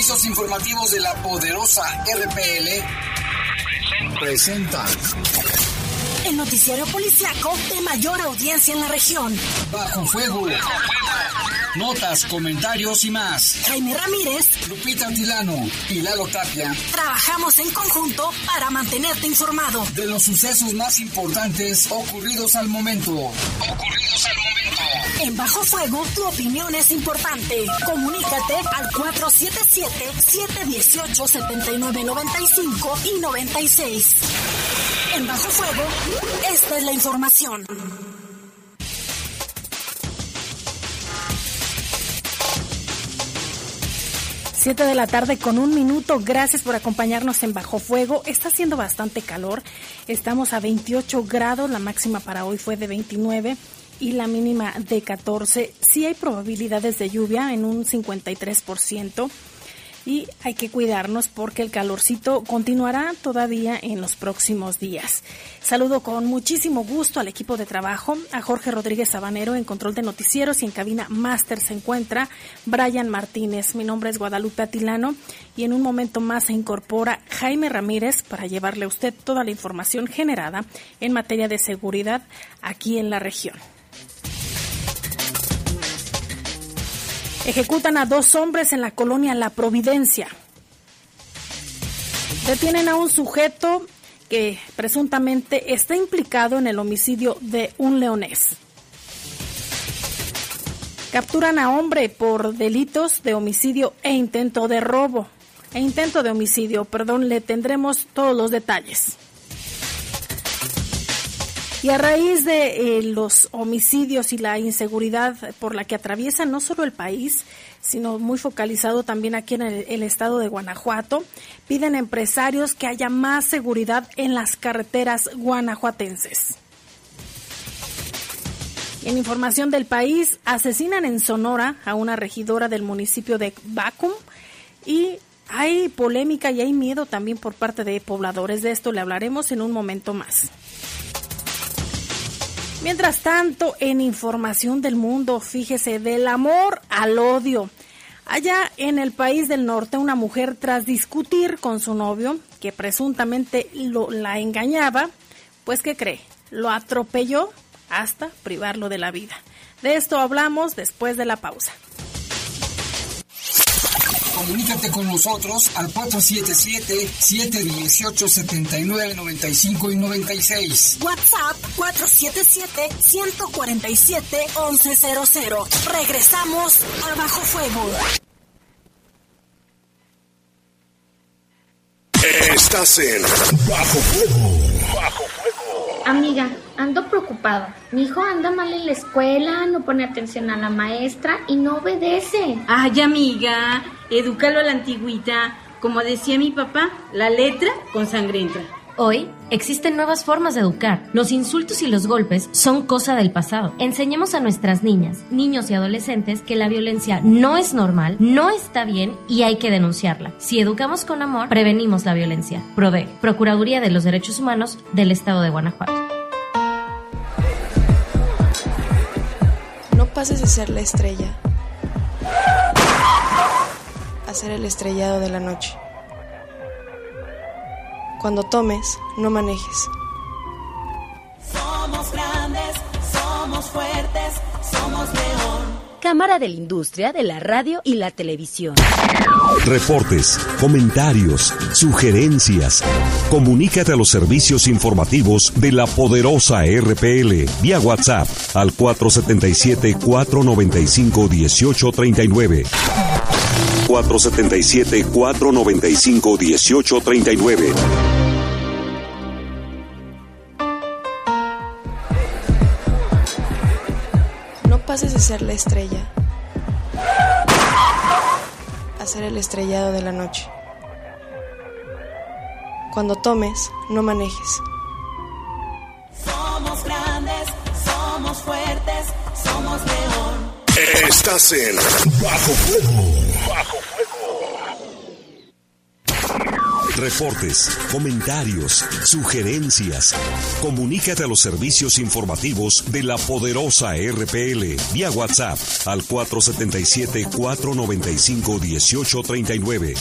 servicios informativos de la poderosa RPL presenta el noticiero policiaco de mayor audiencia en la región. Bajo Fuego. Notas, comentarios y más. Jaime Ramírez, Lupita Tilano y Lalo Tapia. Trabajamos en conjunto para mantenerte informado de los sucesos más importantes ocurridos al momento. En Bajo Fuego, tu opinión es importante. Comunícate al 477-718-7995 y 96. En Bajo Fuego, esta es la información. 7 de la tarde con 1 minuto. Gracias por acompañarnos en Bajo Fuego. Está haciendo bastante calor. Estamos a 28 grados. La máxima para hoy fue de 29 y la mínima de 14. Sí hay probabilidades de lluvia en un 53%. Y hay que cuidarnos porque el calorcito continuará todavía en los próximos días. Saludo con muchísimo gusto al equipo de trabajo, a Jorge Rodríguez Sabanero en control de noticieros y en cabina máster se encuentra Brian Martínez. Mi nombre es Guadalupe Atilano y en un momento más se incorpora Jaime Ramírez para llevarle a usted toda la información generada en materia de seguridad aquí en la región. Ejecutan a 2 hombres en la colonia La Providencia. Detienen a un sujeto que presuntamente está implicado en el homicidio de un leonés. Capturan a hombre por delitos de homicidio e intento de homicidio. Le tendremos todos los detalles. Y a raíz de los homicidios y la inseguridad por la que atraviesa no solo el país, sino muy focalizado también aquí en el estado de Guanajuato, piden empresarios que haya más seguridad en las carreteras guanajuatenses. Y en información del país, asesinan en Sonora a una regidora del municipio de Bacum y hay polémica y hay miedo también por parte de pobladores. De esto le hablaremos en un momento más. Mientras tanto, en información del mundo, fíjese, del amor al odio. Allá en el país del norte, una mujer tras discutir con su novio, que presuntamente la engañaba, pues ¿qué cree? Lo atropelló hasta privarlo de la vida. De esto hablamos después de la pausa. Comunícate con nosotros al 477-718-7995 y 96. WhatsApp 477-147-1100. Regresamos a Bajo Fuego. Estás en Bajo Fuego. Bajo Fuego. Amiga, ando preocupada. Mi hijo anda mal en la escuela, no pone atención a la maestra y no obedece. Ay, amiga, edúcalo a la antigüita. Como decía mi papá, la letra con sangre entra. Hoy existen nuevas formas de educar. Los insultos y los golpes son cosa del pasado. Enseñemos a nuestras niñas, niños y adolescentes que la violencia no es normal, no está bien y hay que denunciarla. Si educamos con amor, prevenimos la violencia. PRODE, Procuraduría de los Derechos Humanos del Estado de Guanajuato. No pases de ser la estrella a ser el estrellado de la noche. Cuando tomes, no manejes. Somos grandes, somos fuertes, somos León. Cámara de la Industria de la Radio y la Televisión. Reportes, comentarios, sugerencias. Comunícate a los servicios informativos de la poderosa RPL vía WhatsApp al 477-495-1839. 477-495-1839. No pases de ser la estrella a ser el estrellado de la noche. Cuando tomes, no manejes. Somos grandes, somos fuertes, somos León. Estás en Bajo Fuego. Bajo Fuego. Reportes, comentarios, sugerencias. Comunícate a los servicios informativos de la poderosa RPL vía WhatsApp al 477-495-1839.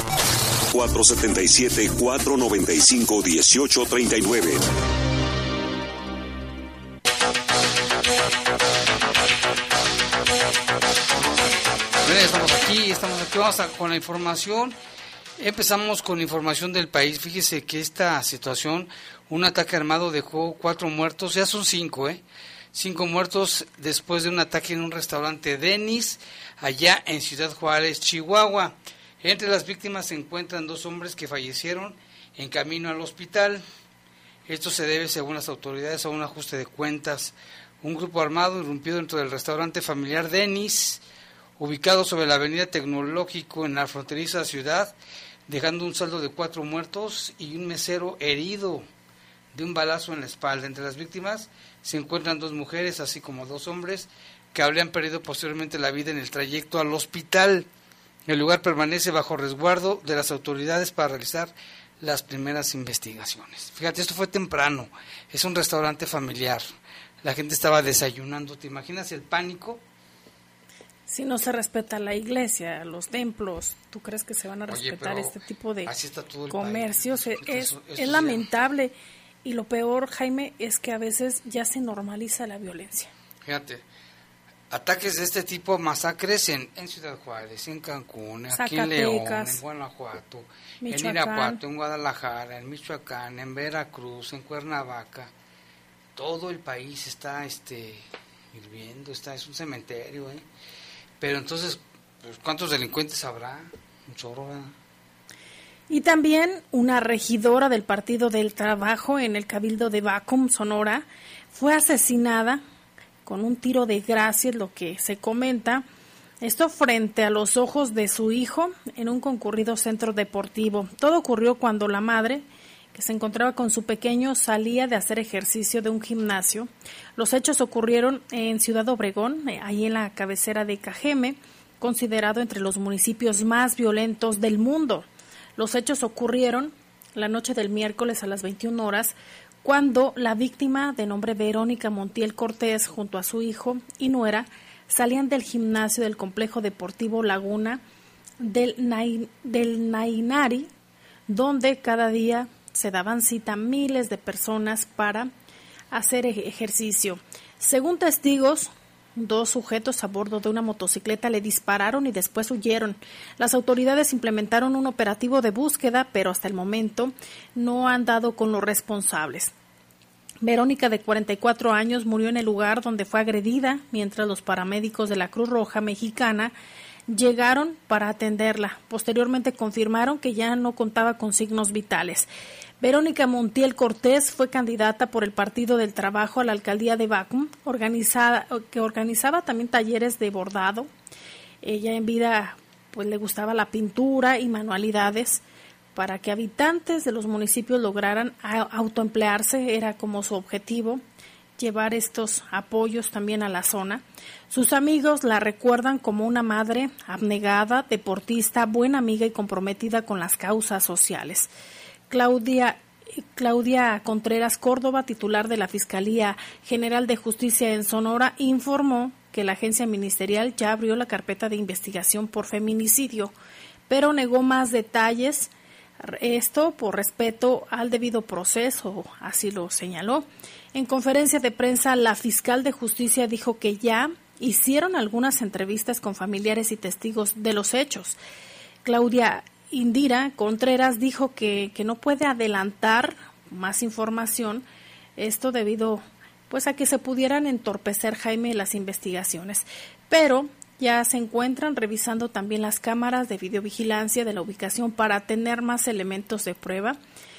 477-495-1839. Estamos aquí, vamos con la información. Empezamos con información del país. Fíjese que esta situación, un ataque armado dejó 4 muertos, ya son 5, 5 muertos después de un ataque en un restaurante Denny's, allá en Ciudad Juárez, Chihuahua. Entre las víctimas se encuentran 2 hombres que fallecieron en camino al hospital. Esto se debe, según las autoridades, a un ajuste de cuentas. Un grupo armado irrumpió dentro del restaurante familiar Denny's, ubicado sobre la avenida Tecnológico en la fronteriza ciudad, dejando un saldo de 4 muertos y un mesero herido de un balazo en la espalda. Entre las víctimas se encuentran 2 mujeres, así como 2 hombres, que habrían perdido posteriormente la vida en el trayecto al hospital. El lugar permanece bajo resguardo de las autoridades para realizar las primeras investigaciones. Fíjate, esto fue temprano, es un restaurante familiar, la gente estaba desayunando, ¿te imaginas el pánico? Si no se respeta la iglesia, los templos, ¿tú crees que se van a respetar este tipo de comercios? Es lamentable. Y lo peor, Jaime, es que a veces ya se normaliza la violencia. Fíjate, ataques de este tipo, masacres en Ciudad Juárez, en Cancún, aquí en León, en Guanajuato, en Irapuato, en Guadalajara, en Michoacán, en Veracruz, en Cuernavaca. Todo el país está hirviendo, es un cementerio, Pero entonces, pues, ¿cuántos delincuentes habrá? Un chorro, ¿verdad? Y también una regidora del Partido del Trabajo en el Cabildo de Bacum, Sonora, fue asesinada con un tiro de gracia, es lo que se comenta. Esto frente a los ojos de su hijo en un concurrido centro deportivo. Todo ocurrió cuando la madre, que se encontraba con su pequeño, salía de hacer ejercicio de un gimnasio. Los hechos ocurrieron en Ciudad Obregón, ahí en la cabecera de Cajeme, considerado entre los municipios más violentos del mundo. Los hechos ocurrieron la noche del miércoles a las 21 horas, cuando la víctima, de nombre Verónica Montiel Cortés, junto a su hijo y nuera, salían del gimnasio del complejo deportivo Laguna del Nainari, donde cada día se daban cita miles de personas para hacer ejercicio. Según testigos, 2 sujetos a bordo de una motocicleta le dispararon y después huyeron. Las autoridades implementaron un operativo de búsqueda, pero hasta el momento no han dado con los responsables. Verónica, de 44 años, murió en el lugar donde fue agredida, mientras los paramédicos de la Cruz Roja Mexicana llegaron para atenderla. Posteriormente confirmaron que ya no contaba con signos vitales. Verónica Montiel Cortés fue candidata por el Partido del Trabajo a la alcaldía de Bacum, que organizaba también talleres de bordado. Ella en vida pues le gustaba la pintura y manualidades. Para que habitantes de los municipios lograran autoemplearse, era como su objetivo, llevar estos apoyos también a la zona. Sus amigos la recuerdan como una madre abnegada, deportista, buena amiga y comprometida con las causas sociales. Claudia Contreras Córdoba, titular de la Fiscalía General de Justicia en Sonora, informó que la agencia ministerial ya abrió la carpeta de investigación por feminicidio, pero negó más detalles. Esto por respeto al debido proceso, así lo señaló. En conferencia de prensa, la fiscal de justicia dijo que ya hicieron algunas entrevistas con familiares y testigos de los hechos. Claudia Indira Contreras dijo que no puede adelantar más información, esto debido pues a que se pudieran entorpecer, Jaime, las investigaciones, pero ya se encuentran revisando también las cámaras de videovigilancia de la ubicación para tener más elementos de prueba,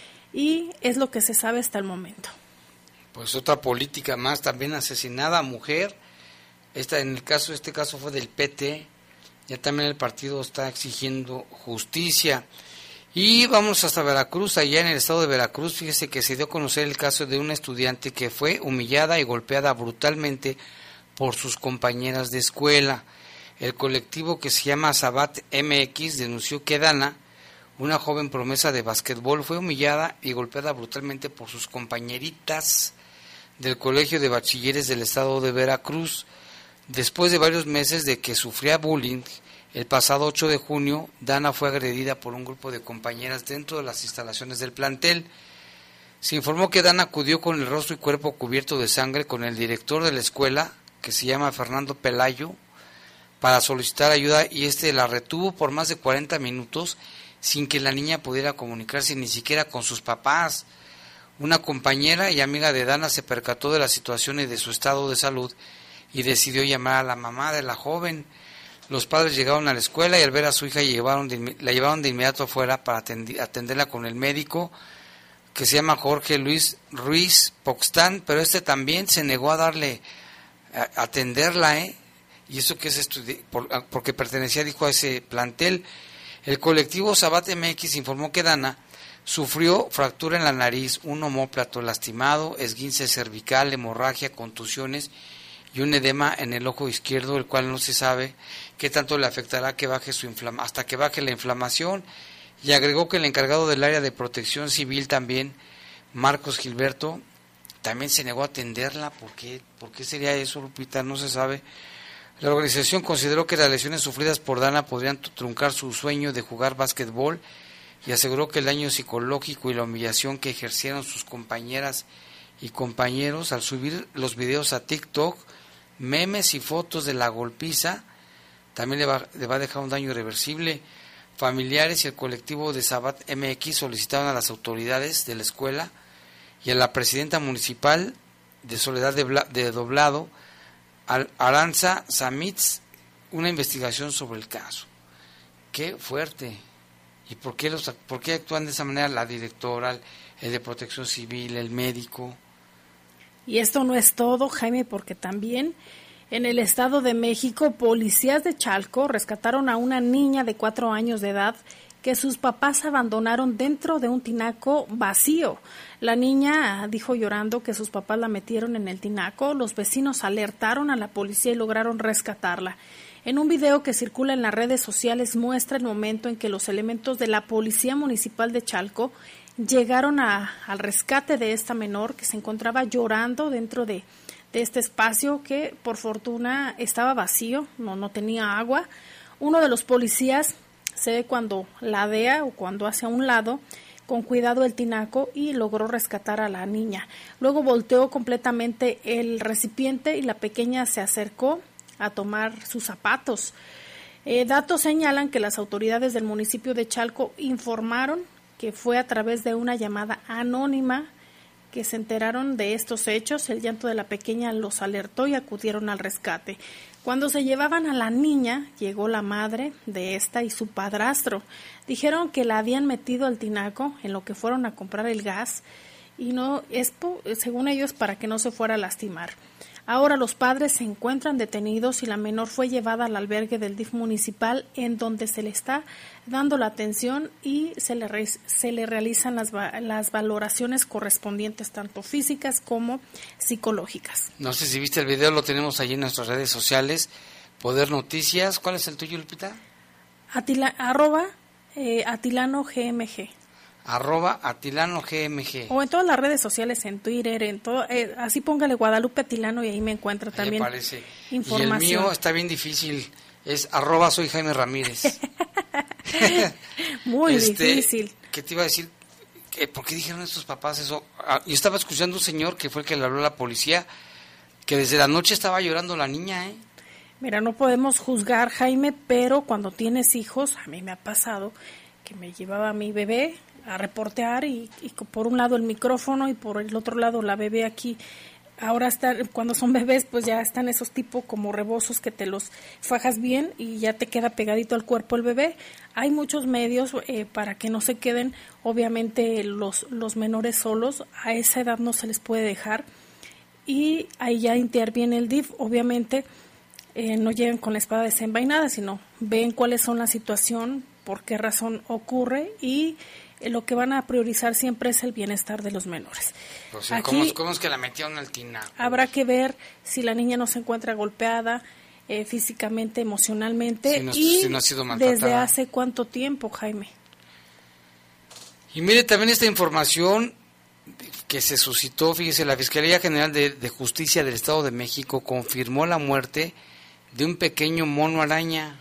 y es lo que se sabe hasta el momento. Pues otra política más, también asesinada, mujer. Este caso fue del PT. Ya también el partido está exigiendo justicia. Y vamos hasta Veracruz, allá en el estado de Veracruz. Fíjese que se dio a conocer el caso de una estudiante que fue humillada y golpeada brutalmente por sus compañeras de escuela. El colectivo, que se llama Sabat MX, denunció que Dana, una joven promesa de básquetbol, fue humillada y golpeada brutalmente por sus compañeritas del Colegio de Bachilleres del Estado de Veracruz. Después de varios meses de que sufría bullying, el pasado 8 de junio, Dana fue agredida por un grupo de compañeras dentro de las instalaciones del plantel. Se informó que Dana acudió con el rostro y cuerpo cubierto de sangre con el director de la escuela, que se llama Fernando Pelayo, para solicitar ayuda, y la retuvo por más de 40 minutos sin que la niña pudiera comunicarse ni siquiera con sus papás. Una compañera y amiga de Dana se percató de la situación y de su estado de salud y decidió llamar a la mamá de la joven. Los padres llegaron a la escuela y al ver a su hija la llevaron de inmediato afuera para atenderla con el médico, que se llama Jorge Luis Ruiz Poxtán, pero también se negó a atenderla, y eso que es porque pertenecía, dijo, a ese plantel. El colectivo Sabat MX informó que Dana sufrió fractura en la nariz, un omóplato lastimado, esguince cervical, hemorragia, contusiones y un edema en el ojo izquierdo, el cual no se sabe qué tanto le afectará hasta que baje la inflamación, y agregó que el encargado del área de protección civil también, Marcos Gilberto, también se negó a atenderla. ¿Por qué sería eso, Lupita? No se sabe. La organización consideró que las lesiones sufridas por Dana podrían truncar su sueño de jugar básquetbol y aseguró que el daño psicológico y la humillación que ejercieron sus compañeras y compañeros al subir los videos a TikTok, memes y fotos de la golpiza, también le va a dejar un daño irreversible. Familiares y el colectivo de Sabat MX solicitaron a las autoridades de la escuela y a la presidenta municipal de Soledad de Doblado, Aranza Samitz, una investigación sobre el caso. ¡Qué fuerte! ¿Y por qué actúan de esa manera la directora, el de Protección Civil, el médico? Y esto no es todo, Jaime, porque también en el Estado de México, policías de Chalco rescataron a una niña de 4 años de edad que sus papás abandonaron dentro de un tinaco vacío. La niña dijo llorando que sus papás la metieron en el tinaco. Los vecinos alertaron a la policía y lograron rescatarla. En un video que circula en las redes sociales muestra el momento en que los elementos de la Policía Municipal de Chalco llegaron al rescate de esta menor que se encontraba llorando dentro de este espacio que por fortuna estaba vacío, no tenía agua. Uno de los policías se ve cuando ladea o cuando hace a un lado con cuidado el tinaco y logró rescatar a la niña. Luego volteó completamente el recipiente y la pequeña se acercó a tomar sus zapatos. Datos señalan que las autoridades del municipio de Chalco informaron que fue a través de una llamada anónima que se enteraron de estos hechos. El llanto de la pequeña los alertó y acudieron al rescate. Cuando se llevaban a la niña, llegó la madre de esta y su padrastro. Dijeron que la habían metido al tinaco en lo que fueron a comprar el gas y no es, según ellos, para que no se fuera a lastimar. Ahora los padres se encuentran detenidos y la menor fue llevada al albergue del DIF municipal, en donde se le está dando la atención y se le realizan las valoraciones correspondientes, tanto físicas como psicológicas. No sé si viste el video, lo tenemos allí en nuestras redes sociales. Poder Noticias. ¿Cuál es el tuyo, Lupita? Atilano GMG. @AtilanoGMG. O en todas las redes sociales, en Twitter, en todo, así póngale Guadalupe Atilano y ahí me encuentra también información. Y el mío está bien difícil, es @soy Jaime Ramírez. Muy difícil. ¿Qué te iba a decir? ¿Por qué dijeron estos papás eso? Yo estaba escuchando a un señor que fue el que le habló a la policía, que desde la noche estaba llorando la niña, Mira, no podemos juzgar, Jaime, pero cuando tienes hijos, a mí me ha pasado que me llevaba a mi bebé a reportear y por un lado el micrófono y por el otro lado la bebé aquí. Ahora cuando son bebés pues ya están esos tipos como rebozos que te los fajas bien y ya te queda pegadito al cuerpo el bebé. Hay muchos medios para que no se queden, obviamente los menores solos, a esa edad no se les puede dejar y ahí ya interviene el DIF, obviamente no llegan con la espada desenvainada, sino ven cuáles son la situación, por qué razón ocurre y lo que van a priorizar siempre es el bienestar de los menores. Pues, aquí, ¿cómo es que la metieron al tinaco? Habrá que ver si la niña no se encuentra golpeada físicamente, emocionalmente si no ha sido maltratada. ¿Desde hace cuánto tiempo, Jaime? Y mire también esta información que se suscitó, fíjese, la Fiscalía General de Justicia del Estado de México confirmó la muerte de un pequeño mono araña,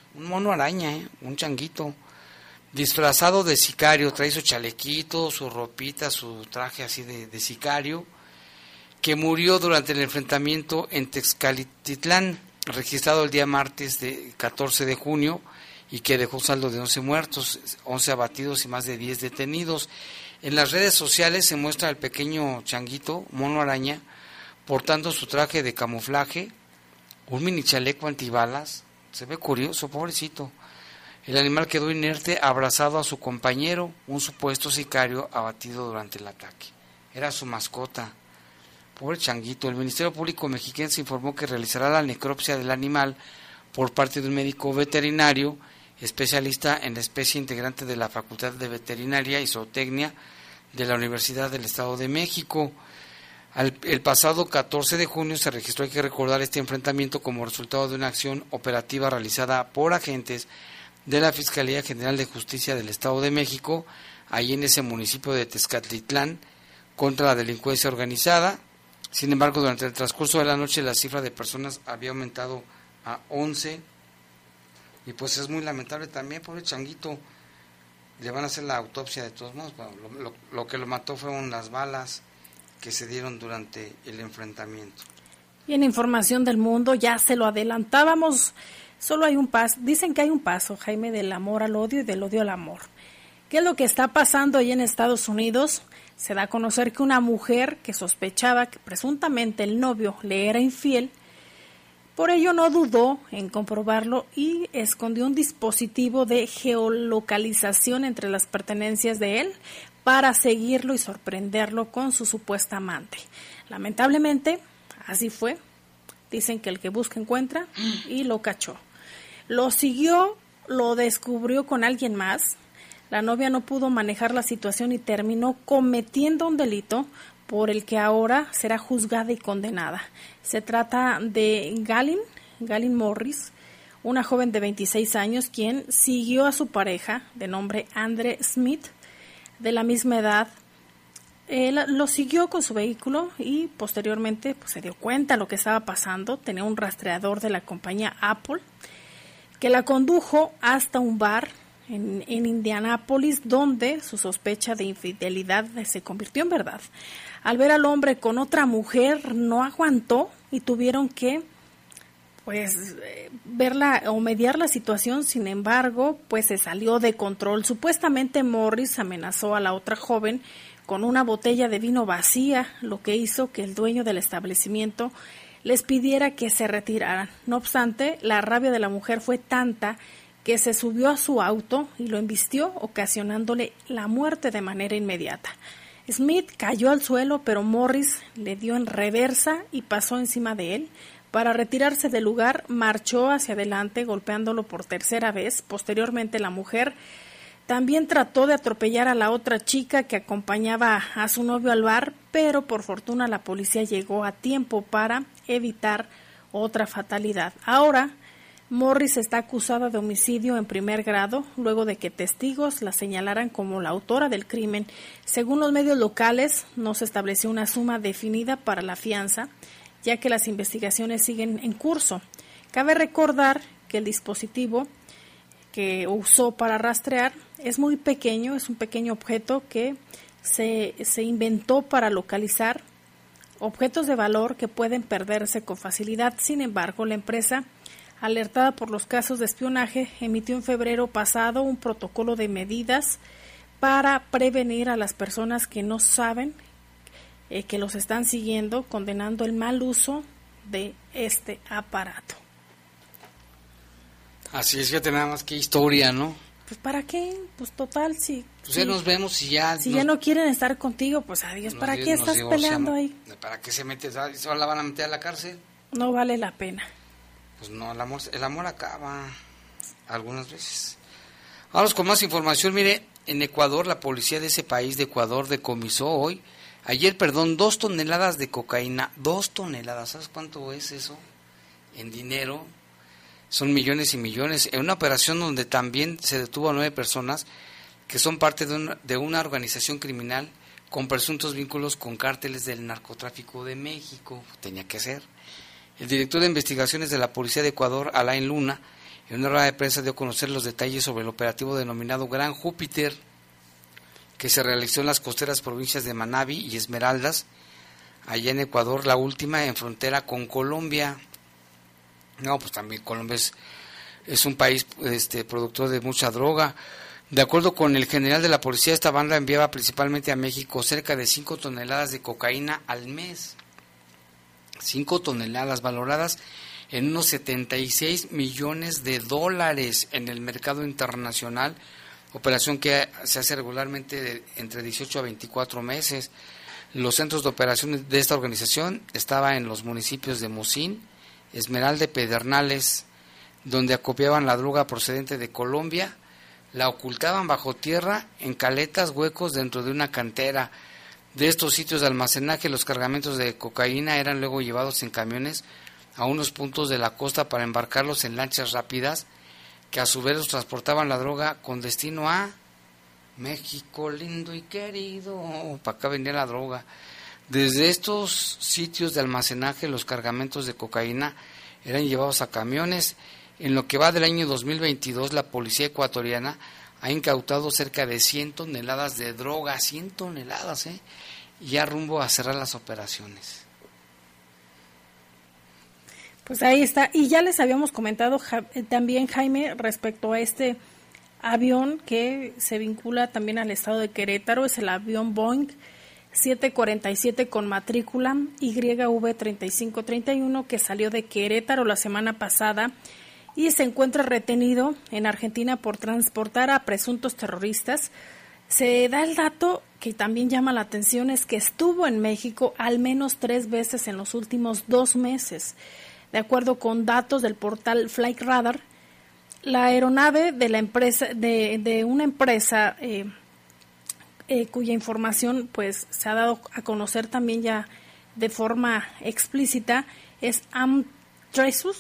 un changuito, disfrazado de sicario, trae su chalequito, su ropita, su traje así de sicario, que murió durante el enfrentamiento en Texcaltitlán, registrado el día martes de 14 de junio, y que dejó saldo de 11 muertos, 11 abatidos y más de 10 detenidos. En las redes sociales se muestra al pequeño changuito, mono araña, portando su traje de camuflaje, un mini chaleco antibalas. Se ve curioso, pobrecito. El animal quedó inerte, abrazado a su compañero, un supuesto sicario abatido durante el ataque. Era su mascota. Pobre changuito. El Ministerio Público Mexiquense informó que realizará la necropsia del animal por parte de un médico veterinario, especialista en la especie, integrante de la Facultad de Veterinaria y Zootecnia de la Universidad del Estado de México. El pasado 14 de junio se registró, hay que recordar, este enfrentamiento como resultado de una acción operativa realizada por agentes de la Fiscalía General de Justicia del Estado de México, ahí en ese municipio de Texcaltitlán, contra la delincuencia organizada. Sin embargo, durante el transcurso de la noche la cifra de personas había aumentado a 11, y pues es muy lamentable también, pobre changuito. Le van a hacer la autopsia de todos modos. Bueno, lo que lo mató fueron las balas que se dieron durante el enfrentamiento. Y en información del mundo, ya se lo adelantábamos, solo hay un paso, dicen que hay un paso, Jaime, del amor al odio y del odio al amor. ¿Qué es lo que está pasando ahí en Estados Unidos? Se da a conocer que una mujer que sospechaba que presuntamente el novio le era infiel, por ello no dudó en comprobarlo y escondió un dispositivo de geolocalización entre las pertenencias de él para seguirlo y sorprenderlo con su supuesta amante. Lamentablemente, así fue. Dicen que el que busca encuentra y lo cachó. Lo siguió, lo descubrió con alguien más. La novia no pudo manejar la situación y terminó cometiendo un delito por el que ahora será juzgada y condenada. Se trata de Galen Morris, una joven de 26 años, quien siguió a su pareja, de nombre Andre Smith, de la misma edad. Él lo siguió con su vehículo y posteriormente pues, se dio cuenta de lo que estaba pasando. Tenía un rastreador de la compañía Apple que la condujo hasta un bar en Indianápolis, donde su sospecha de infidelidad se convirtió en verdad. Al ver al hombre con otra mujer, no aguantó y tuvieron que verla o mediar la situación. Sin embargo, pues se salió de control. Supuestamente Morris amenazó a la otra joven con una botella de vino vacía, lo que hizo que el dueño del establecimiento les pidiera que se retiraran. No obstante, la rabia de la mujer fue tanta que se subió a su auto y lo embistió, ocasionándole la muerte de manera inmediata. Smith cayó al suelo, pero Morris le dio en reversa y pasó encima de él. Para retirarse del lugar, marchó hacia adelante, golpeándolo por tercera vez. Posteriormente, la mujer también trató de atropellar a la otra chica que acompañaba a su novio al bar, pero por fortuna la policía llegó a tiempo para evitar otra fatalidad. Ahora, Morris está acusada de homicidio en primer grado, luego de que testigos la señalaran como la autora del crimen. Según los medios locales, no se estableció una suma definida para la fianza, ya que las investigaciones siguen en curso. Cabe recordar que el dispositivo que usó para rastrear es muy pequeño, es un pequeño objeto que se inventó para localizar objetos de valor que pueden perderse con facilidad. Sin embargo, la empresa, alertada por los casos de espionaje, emitió en febrero pasado un protocolo de medidas para prevenir a las personas que no saben que los están siguiendo, condenando el mal uso de este aparato. Así es, fíjate nada más qué historia, ¿no? Pues ¿para qué? Pues total, si ya nos vemos y ya... Si ya no quieren estar contigo, pues adiós, ¿para qué estás peleando ahí? ¿Para qué se mete? ¿Se la van a meter a la cárcel? No vale la pena. Pues no, el amor acaba algunas veces. Vamos con más información. Mire, en Ecuador, la policía de ese país de Ecuador decomisó ayer, 2 toneladas de cocaína. 2 toneladas, ¿sabes cuánto es eso? En dinero, son millones y millones. En una operación donde también se detuvo a 9 personas que son parte de una organización criminal con presuntos vínculos con cárteles del narcotráfico de México. Tenía que ser. El director de investigaciones de la Policía de Ecuador, Alain Luna, en una rueda de prensa dio a conocer los detalles sobre el operativo denominado Gran Júpiter, que se realizó en las costeras provincias de Manabí y Esmeraldas, allá en Ecuador, la última en frontera con Colombia. No, pues también Colombia es un país productor de mucha droga. De acuerdo con el general de la policía, esta banda enviaba principalmente a México cerca de 5 toneladas de cocaína al mes. 5 toneladas valoradas en unos 76 millones de dólares en el mercado internacional, operación que se hace regularmente entre 18 a 24 meses. Los centros de operaciones de esta organización estaban en los municipios de Mocín, Esmeralda y Pedernales, donde acopiaban la droga procedente de Colombia, la ocultaban bajo tierra en caletas, huecos dentro de una cantera. De estos sitios de almacenaje, los cargamentos de cocaína eran luego llevados en camiones a unos puntos de la costa para embarcarlos en lanchas rápidas, que a su vez los transportaban la droga con destino a México lindo y querido. Para acá venía la droga. Desde estos sitios de almacenaje, los cargamentos de cocaína eran llevados a camiones. En lo que va del año 2022, la policía ecuatoriana ha incautado cerca de 100 toneladas de droga, 100 toneladas, y ya rumbo a cerrar las operaciones. Pues ahí está. Y ya les habíamos comentado también, Jaime, respecto a este avión que se vincula también al estado de Querétaro, es el avión Boeing 747 con matrícula YV3531 que salió de Querétaro la semana pasada y se encuentra retenido en Argentina por transportar a presuntos terroristas. Se da el dato que también llama la atención, es que estuvo en México al menos 3 veces en los últimos 2 meses. De acuerdo con datos del portal Flight Radar, la aeronave de la empresa de una empresa cuya información pues se ha dado a conocer también ya de forma explícita es Amtracers.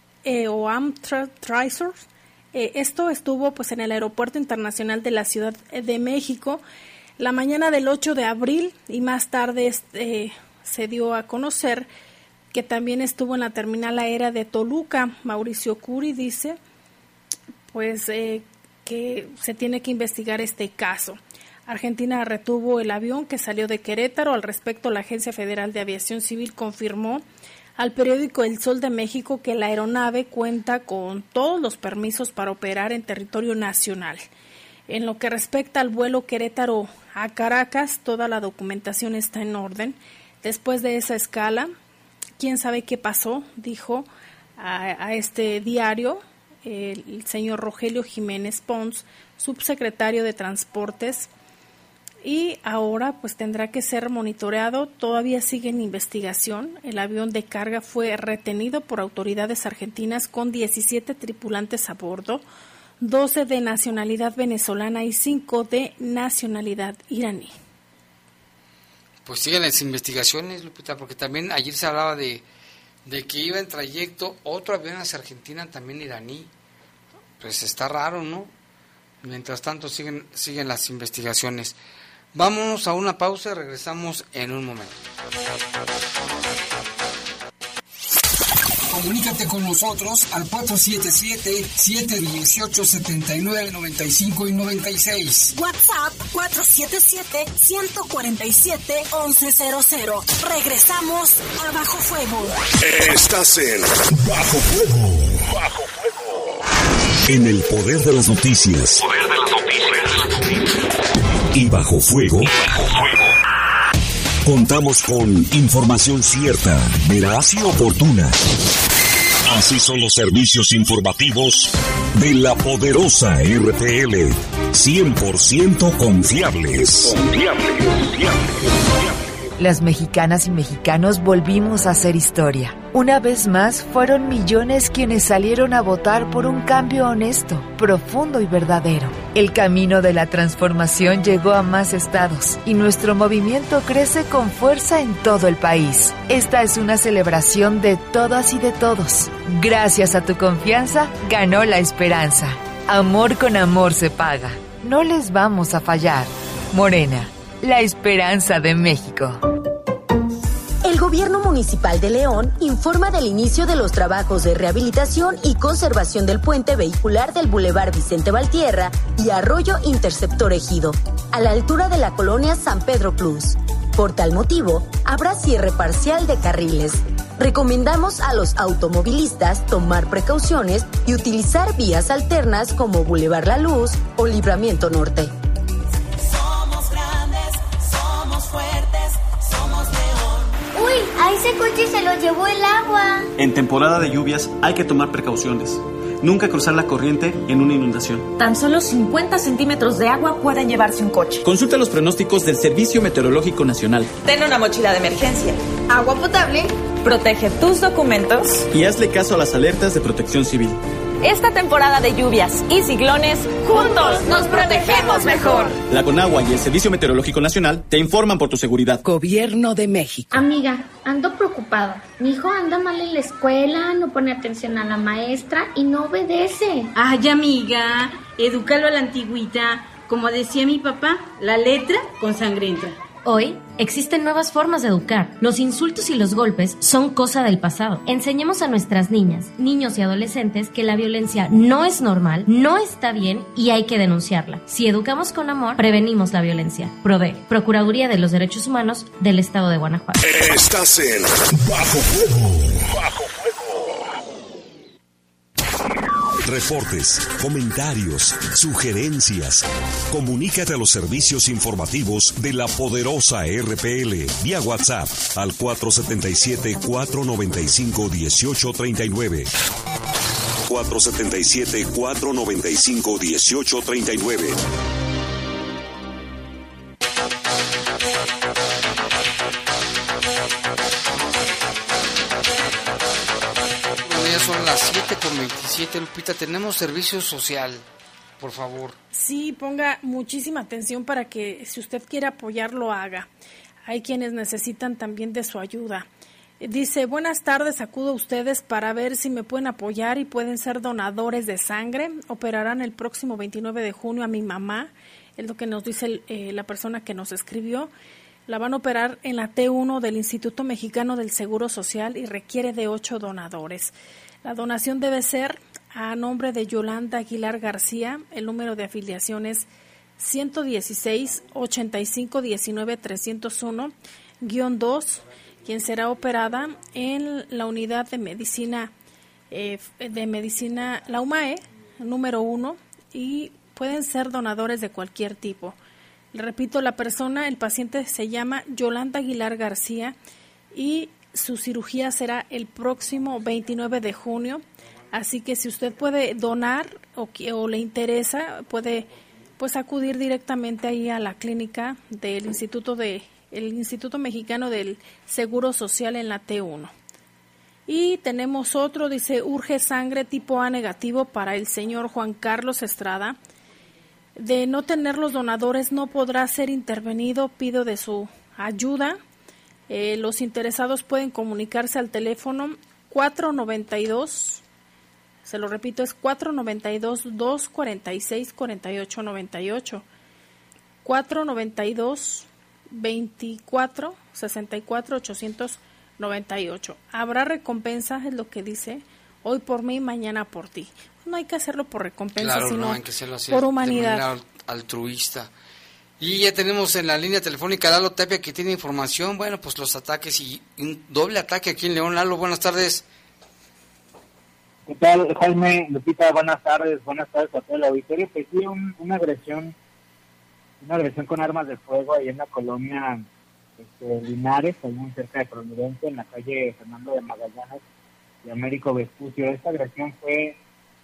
Esto estuvo pues en el Aeropuerto Internacional de la Ciudad de México la mañana del 8 de abril y más tarde se dio a conocer que también estuvo en la terminal aérea de Toluca. Mauricio Curi dice pues que se tiene que investigar este caso. Argentina retuvo el avión que salió de Querétaro. Al respecto, la Agencia Federal de Aviación Civil confirmó al periódico El Sol de México que la aeronave cuenta con todos los permisos para operar en territorio nacional. En lo que respecta al vuelo Querétaro a Caracas, toda la documentación está en orden. Después de esa escala, quién sabe qué pasó, dijo a este diario el señor Rogelio Jiménez Pons, subsecretario de Transportes, y ahora pues tendrá que ser monitoreado. Todavía sigue en investigación. El avión de carga fue retenido por autoridades argentinas con 17 tripulantes a bordo, 12 de nacionalidad venezolana y 5 de nacionalidad iraní. Pues siguen las investigaciones, Lupita, porque también ayer se hablaba de que iba en trayecto otro avión hacia Argentina, también iraní. Pues está raro, ¿no? Mientras tanto siguen las investigaciones. Vámonos a una pausa y regresamos en un momento. Comunícate con nosotros al 477-718-7995 y 96. WhatsApp 477-147-1100. Regresamos a Bajo Fuego. Estás en Bajo Fuego. Bajo Fuego. En el poder de las noticias. Y Bajo Fuego. Contamos con información cierta, veraz y oportuna. Así son los servicios informativos de la poderosa RTL. 100% confiables. Las mexicanas y mexicanos volvimos a hacer historia. Una vez más, fueron millones quienes salieron a votar por un cambio honesto, profundo y verdadero. El camino de la transformación llegó a más estados y nuestro movimiento crece con fuerza en todo el país. Esta es una celebración de todas y de todos. Gracias a tu confianza, ganó la esperanza. Amor con amor se paga. no les vamos a fallar. Morena, la esperanza de México. El Gobierno Municipal de León informa del inicio de los trabajos de rehabilitación y conservación del puente vehicular del Boulevard Vicente Valtierra y Arroyo Interceptor Ejido, a la altura de la colonia San Pedro Plus. Por tal motivo, habrá cierre parcial de carriles. Recomendamos a los automovilistas tomar precauciones y utilizar vías alternas como Boulevard La Luz o Libramiento Norte. Somos grandes, somos fuertes, somos León. ¡Uy! A ese coche se lo llevó el agua. En temporada de lluvias hay que tomar precauciones. Nunca cruzar la corriente en una inundación. Tan solo 50 centímetros de agua pueden llevarse un coche. Consulta los pronósticos del Servicio Meteorológico Nacional. Ten una mochila de emergencia, agua potable, protege tus documentos y hazle caso a las alertas de Protección Civil. Esta temporada de lluvias y ciclones, juntos nos protegemos mejor. La Conagua y el Servicio Meteorológico Nacional te informan por tu seguridad. Gobierno de México. Amiga, ando preocupada. Mi hijo anda mal en la escuela, no pone atención a la maestra y no obedece. Ay, amiga, edúcalo a la antigüita. Como decía mi papá, la letra con sangre entra. Hoy existen nuevas formas de educar. Los insultos y los golpes son cosa del pasado. Enseñemos a nuestras niñas, niños y adolescentes que la violencia no es normal, no está bien y hay que denunciarla. Si educamos con amor, prevenimos la violencia. PRODE, Procuraduría de los Derechos Humanos del Estado de Guanajuato. Estás en Bajo Fuego. Bajo Fuego. Reportes, comentarios, sugerencias. Comunícate a los servicios informativos de la poderosa RPL vía WhatsApp al 477-495-1839. 477-495-1839. Son las 7:27, Lupita. Tenemos servicio social, por favor. Sí, ponga muchísima atención para que si usted quiere apoyar, lo haga. Hay quienes necesitan también de su ayuda. Dice, buenas tardes, acudo a ustedes para ver si me pueden apoyar y pueden ser donadores de sangre. Operarán el próximo 29 de junio a mi mamá, es lo que nos dice la persona que nos escribió. La van a operar en la T1 del Instituto Mexicano del Seguro Social y requiere de 8 donadores. La donación debe ser a nombre de Yolanda Aguilar García. El número de afiliación es 116-8519-301-2, quien será operada en la unidad de medicina, la UMAE, número 1, y pueden ser donadores de cualquier tipo. Le repito, el paciente se llama Yolanda Aguilar García y su cirugía será el próximo 29 de junio, así que si usted puede donar o le interesa, puede pues acudir directamente ahí a la clínica del Instituto Mexicano del Seguro Social en la T1. Y tenemos otro, dice, urge sangre tipo A negativo para el señor Juan Carlos Estrada. De no tener los donadores no podrá ser intervenido, pido de su ayuda. Los interesados pueden comunicarse al teléfono 492, se lo repito, es 492-246-4898, 492-24-64-898. Habrá recompensa, es lo que dice, hoy por mí, mañana por ti. No hay que hacerlo por recompensa, claro, sino no, hay que hacerlo así, por humanidad. De manera altruista. Y ya tenemos en la línea telefónica a Lalo Tapia, que tiene información, bueno, pues los ataques y un doble ataque aquí en León. Lalo, buenas tardes. ¿Qué tal, Jaime? Lupita, buenas tardes a todo el auditorio. Pues sí, una agresión con armas de fuego ahí en la colonia Linares, ahí muy cerca de Providencia, en la calle Fernando de Magallanes y Américo Vespucio. Esta agresión fue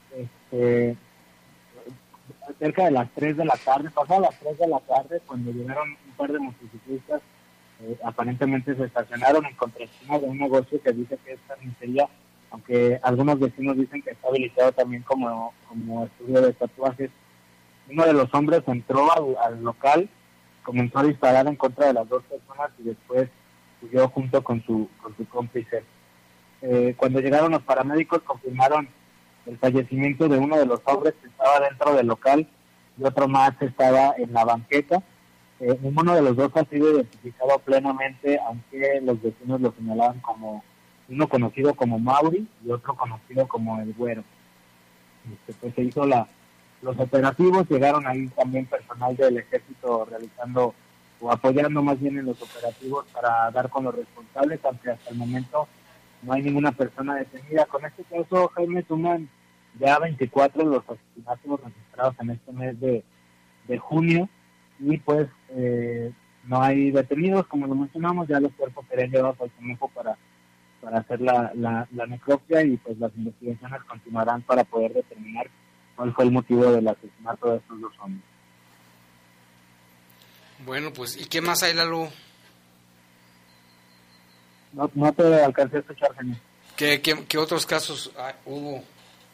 cerca de las 3 de la tarde, pasado las 3 de la tarde, cuando llegaron un par de motociclistas, aparentemente se estacionaron en contraesquina de un negocio que dice que es carnicería, aunque algunos vecinos dicen que está habilitado también como estudio de tatuajes. Uno de los hombres entró al local, comenzó a disparar en contra de las dos personas y después huyó junto con su cómplice. Cuando llegaron los paramédicos confirmaron el fallecimiento de uno de los hombres que estaba dentro del local y otro más estaba en la banqueta. Ninguno de los dos ha sido identificado plenamente, aunque los vecinos lo señalaban como uno conocido como Mauri y otro conocido como el Güero. Pues se hizo los operativos, llegaron ahí también personal del ejército realizando o apoyando más bien en los operativos para dar con los responsables, aunque hasta el momento no hay ninguna persona detenida. Con este caso, Jaime, suman ya 24 los asesinatos registrados en este mes de junio y pues no hay detenidos, como lo mencionamos, ya los cuerpos serán llevados al CEMEFO para hacer la necropsia y pues las investigaciones continuarán para poder determinar cuál fue el motivo del asesinato de estos dos hombres. Bueno, pues, ¿y qué más hay, Lalo? No te alcancé a escuchar, Jaime. ¿Qué otros casos hubo?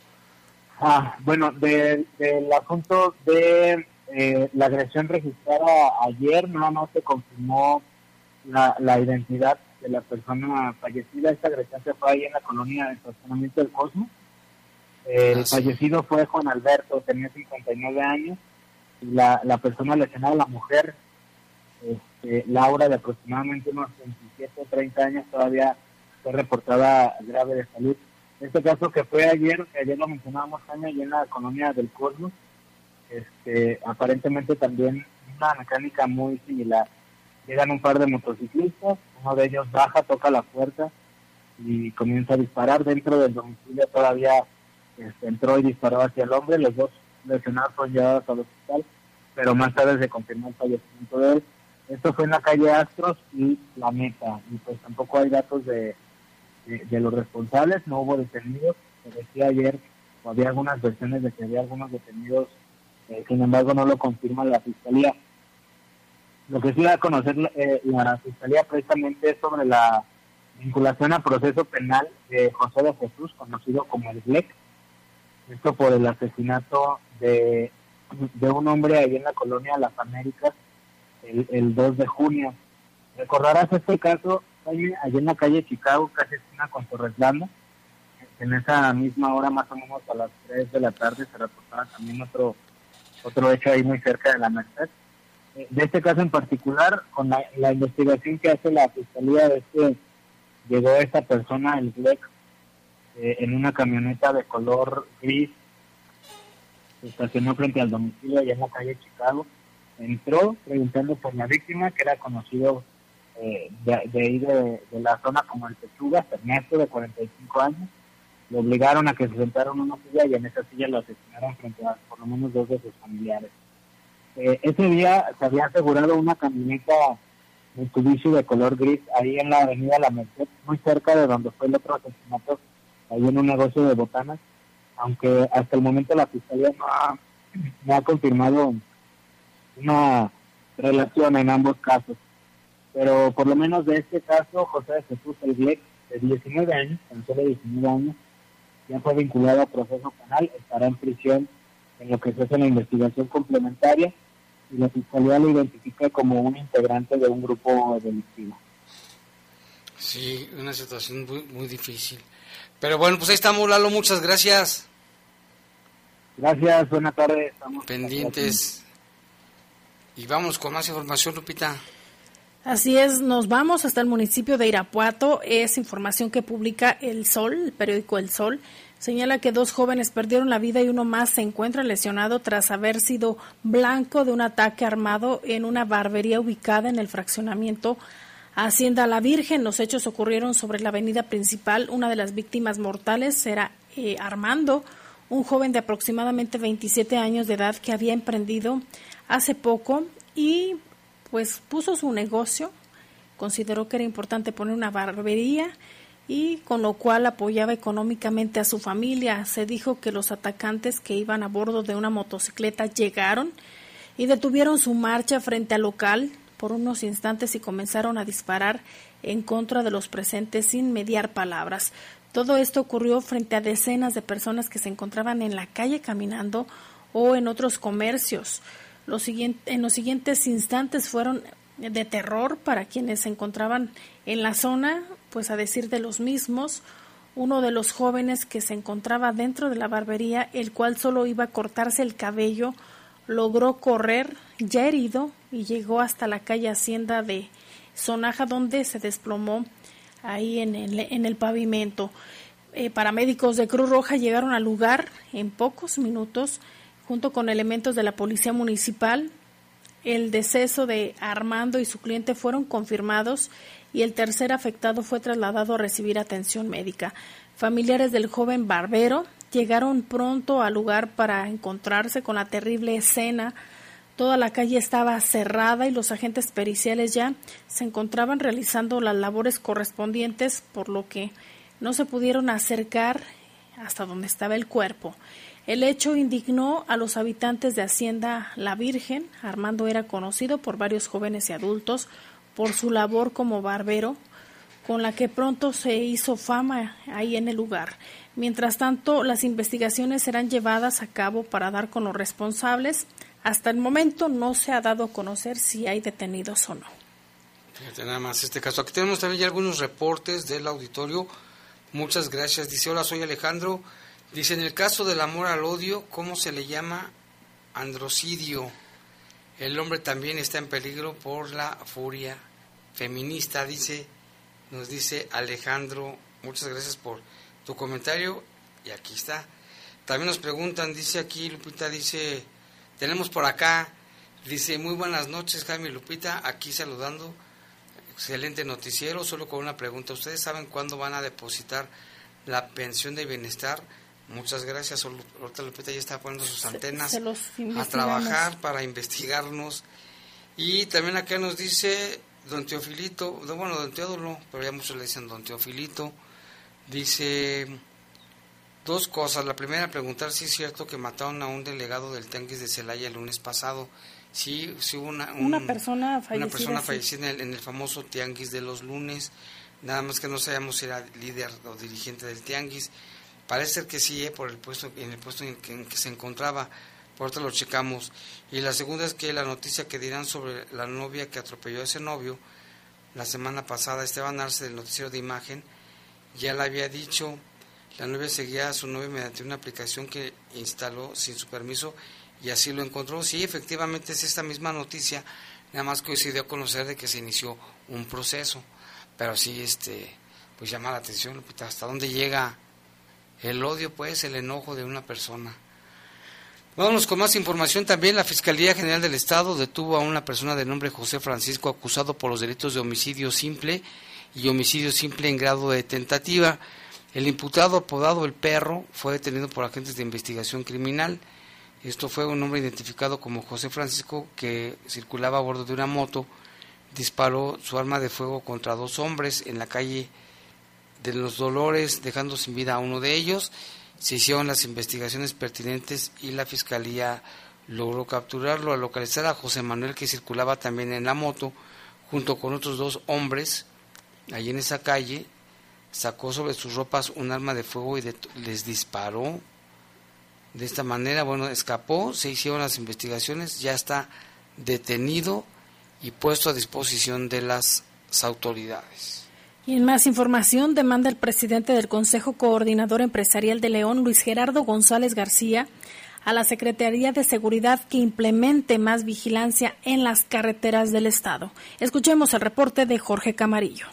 Bueno, del asunto de la agresión registrada ayer, nada más se confirmó la identidad de la persona fallecida. Esta agresión se fue ahí en la colonia de estacionamiento del Cosmos. El fallecido fue Juan Alberto, tenía 59 años, y la persona lesionada, la mujer, Laura, de aproximadamente unos 27 o 30 años, todavía fue reportada grave de salud. Este caso que fue ayer lo mencionábamos, Jaime, allí en la colonia del Cosmos, aparentemente también una mecánica muy similar. Llegan un par de motociclistas, uno de ellos baja, toca la puerta y comienza a disparar. Dentro del domicilio todavía entró y disparó hacia el hombre. Los dos lesionados fueron llevados al hospital, pero más tarde se confirmó el fallecimiento de él. Esto fue en la calle Astros y La Meta, y pues tampoco hay datos de los responsables, no hubo detenidos. Se decía ayer, o había algunas versiones de que había algunos detenidos, sin embargo no lo confirma la Fiscalía. Lo que sí va a conocer la Fiscalía precisamente es sobre la vinculación a proceso penal de José de Jesús, conocido como el Blek. Esto por el asesinato de un hombre ahí en la colonia Las Américas el 2 de junio. Recordarás este caso, allí en la calle Chicago, casi esquina con Torres Landa. En esa misma hora, más o menos a las 3 de la tarde, se reportaba también otro hecho ahí muy cerca de la Merced. De este caso en particular, con la investigación que hace la Fiscalía, es que llegó esta persona, el Blek, en una camioneta de color gris, se estacionó frente al domicilio allá en la calle Chicago, entró preguntando por la víctima, que era conocido de ahí de la zona como el Pechuga, Ernesto, de 45 años. Lo obligaron a que se sentara en una silla y en esa silla lo asesinaron frente a por lo menos 2 de sus familiares. Ese día se había asegurado una camioneta Mitsubishi de color gris ahí en la avenida La Merced, muy cerca de donde fue el otro asesinato, ahí en un negocio de botanas, aunque hasta el momento la Fiscalía no ha confirmado una relación en ambos casos. Pero por lo menos de este caso, José de Jesús el Blek, de 19 años, tan solo 19 años, ya fue vinculado a proceso penal, estará en prisión en lo que se hace la investigación complementaria, y la Fiscalía lo identifica como un integrante de un grupo delictivo. Sí, una situación muy, muy difícil. Pero bueno, pues ahí estamos, Lalo, muchas gracias. Gracias, buena tarde. Estamos pendientes. Y vamos con más información, Lupita. Así es, nos vamos hasta el municipio de Irapuato. Es información que publica El Sol, el periódico El Sol. Señala que 2 jóvenes perdieron la vida y uno más se encuentra lesionado tras haber sido blanco de un ataque armado en una barbería ubicada en el fraccionamiento Hacienda La Virgen. Los hechos ocurrieron sobre la avenida principal. Una de las víctimas mortales era Armando, un joven de aproximadamente 27 años de edad que había emprendido hace poco y pues puso su negocio. Consideró que era importante poner una barbería y con lo cual apoyaba económicamente a su familia. Se dijo que los atacantes que iban a bordo de una motocicleta llegaron y detuvieron su marcha frente al local por unos instantes y comenzaron a disparar en contra de los presentes sin mediar palabras. Todo esto ocurrió frente a decenas de personas que se encontraban en la calle caminando o en otros comercios. En los siguientes instantes fueron de terror para quienes se encontraban en la zona, pues a decir de los mismos, uno de los jóvenes que se encontraba dentro de la barbería, el cual solo iba a cortarse el cabello, logró correr ya herido y llegó hasta la calle Hacienda de Sonaja, donde se desplomó ahí en el pavimento. Paramédicos de Cruz Roja llegaron al lugar en pocos minutos junto con elementos de la Policía Municipal. El deceso de Armando y su cliente fueron confirmados y el tercer afectado fue trasladado a recibir atención médica. Familiares del joven barbero llegaron pronto al lugar para encontrarse con la terrible escena. Toda la calle estaba cerrada y los agentes periciales ya se encontraban realizando las labores correspondientes, por lo que no se pudieron acercar hasta donde estaba el cuerpo. El hecho indignó a los habitantes de Hacienda La Virgen. Armando era conocido por varios jóvenes y adultos por su labor como barbero, con la que pronto se hizo fama ahí en el lugar. Mientras tanto, las investigaciones serán llevadas a cabo para dar con los responsables. Hasta el momento no se ha dado a conocer si hay detenidos o no. Fíjate nada más este caso. Aquí tenemos también ya algunos reportes del auditorio. Muchas gracias. Dice, hola, soy Alejandro. Dice, en el caso del amor al odio, ¿cómo se le llama? Androcidio. El hombre también está en peligro por la furia feminista, nos dice Alejandro. Muchas gracias por tu comentario. Y aquí está. También nos preguntan, dice aquí Lupita, dice, tenemos por acá, dice, muy buenas noches, Jaime y Lupita, aquí saludando. Excelente noticiero, solo con una pregunta. ¿Ustedes saben cuándo van a depositar la pensión de bienestar? Muchas gracias. Ahorita Lupita ya está poniendo sus antenas a trabajar para investigarnos. Y también acá nos dice don Teofilito, don Teodulo, pero ya muchos le dicen don Teofilito. Dice dos cosas. La primera, preguntar si es cierto que mataron a un delegado del Tianguis de Celaya el lunes pasado. Sí hubo una persona fallecida en el famoso Tianguis de los lunes. Nada más que no sabíamos si era líder o dirigente del Tianguis. Parece ser que sí, por el puesto en que se encontraba. Por ahorita lo checamos. Y la segunda es que la noticia que dirán sobre la novia que atropelló a ese novio la semana pasada, Esteban Arce, del noticiero de Imagen, ya la había dicho. La novia seguía a su novio mediante una aplicación que instaló sin su permiso y así lo encontró. Sí, efectivamente es esta misma noticia, nada más que hoy se dio a conocer de que se inició un proceso. Pero sí, pues llama la atención, Lupita, hasta dónde llega el odio, pues, el enojo de una persona. Vámonos con más información. También la Fiscalía General del Estado detuvo a una persona de nombre José Francisco, acusado por los delitos de homicidio simple y homicidio simple en grado de tentativa. El imputado, apodado El Perro, fue detenido por agentes de investigación criminal. Esto fue un hombre identificado como José Francisco, que circulaba a bordo de una moto. Disparó su arma de fuego contra dos hombres en la calle de Los Dolores, dejando sin vida a uno de ellos. Se hicieron las investigaciones pertinentes y la Fiscalía logró capturarlo. Al localizar a José Manuel, que circulaba también en la moto, junto con otros dos hombres, allí en esa calle, sacó sobre sus ropas un arma de fuego y les disparó. De esta manera, escapó, se hicieron las investigaciones, ya está detenido y puesto a disposición de las autoridades. Y en más información, demanda el presidente del Consejo Coordinador Empresarial de León, Luis Gerardo González García, a la Secretaría de Seguridad que implemente más vigilancia en las carreteras del Estado. Escuchemos el reporte de Jorge Camarillo.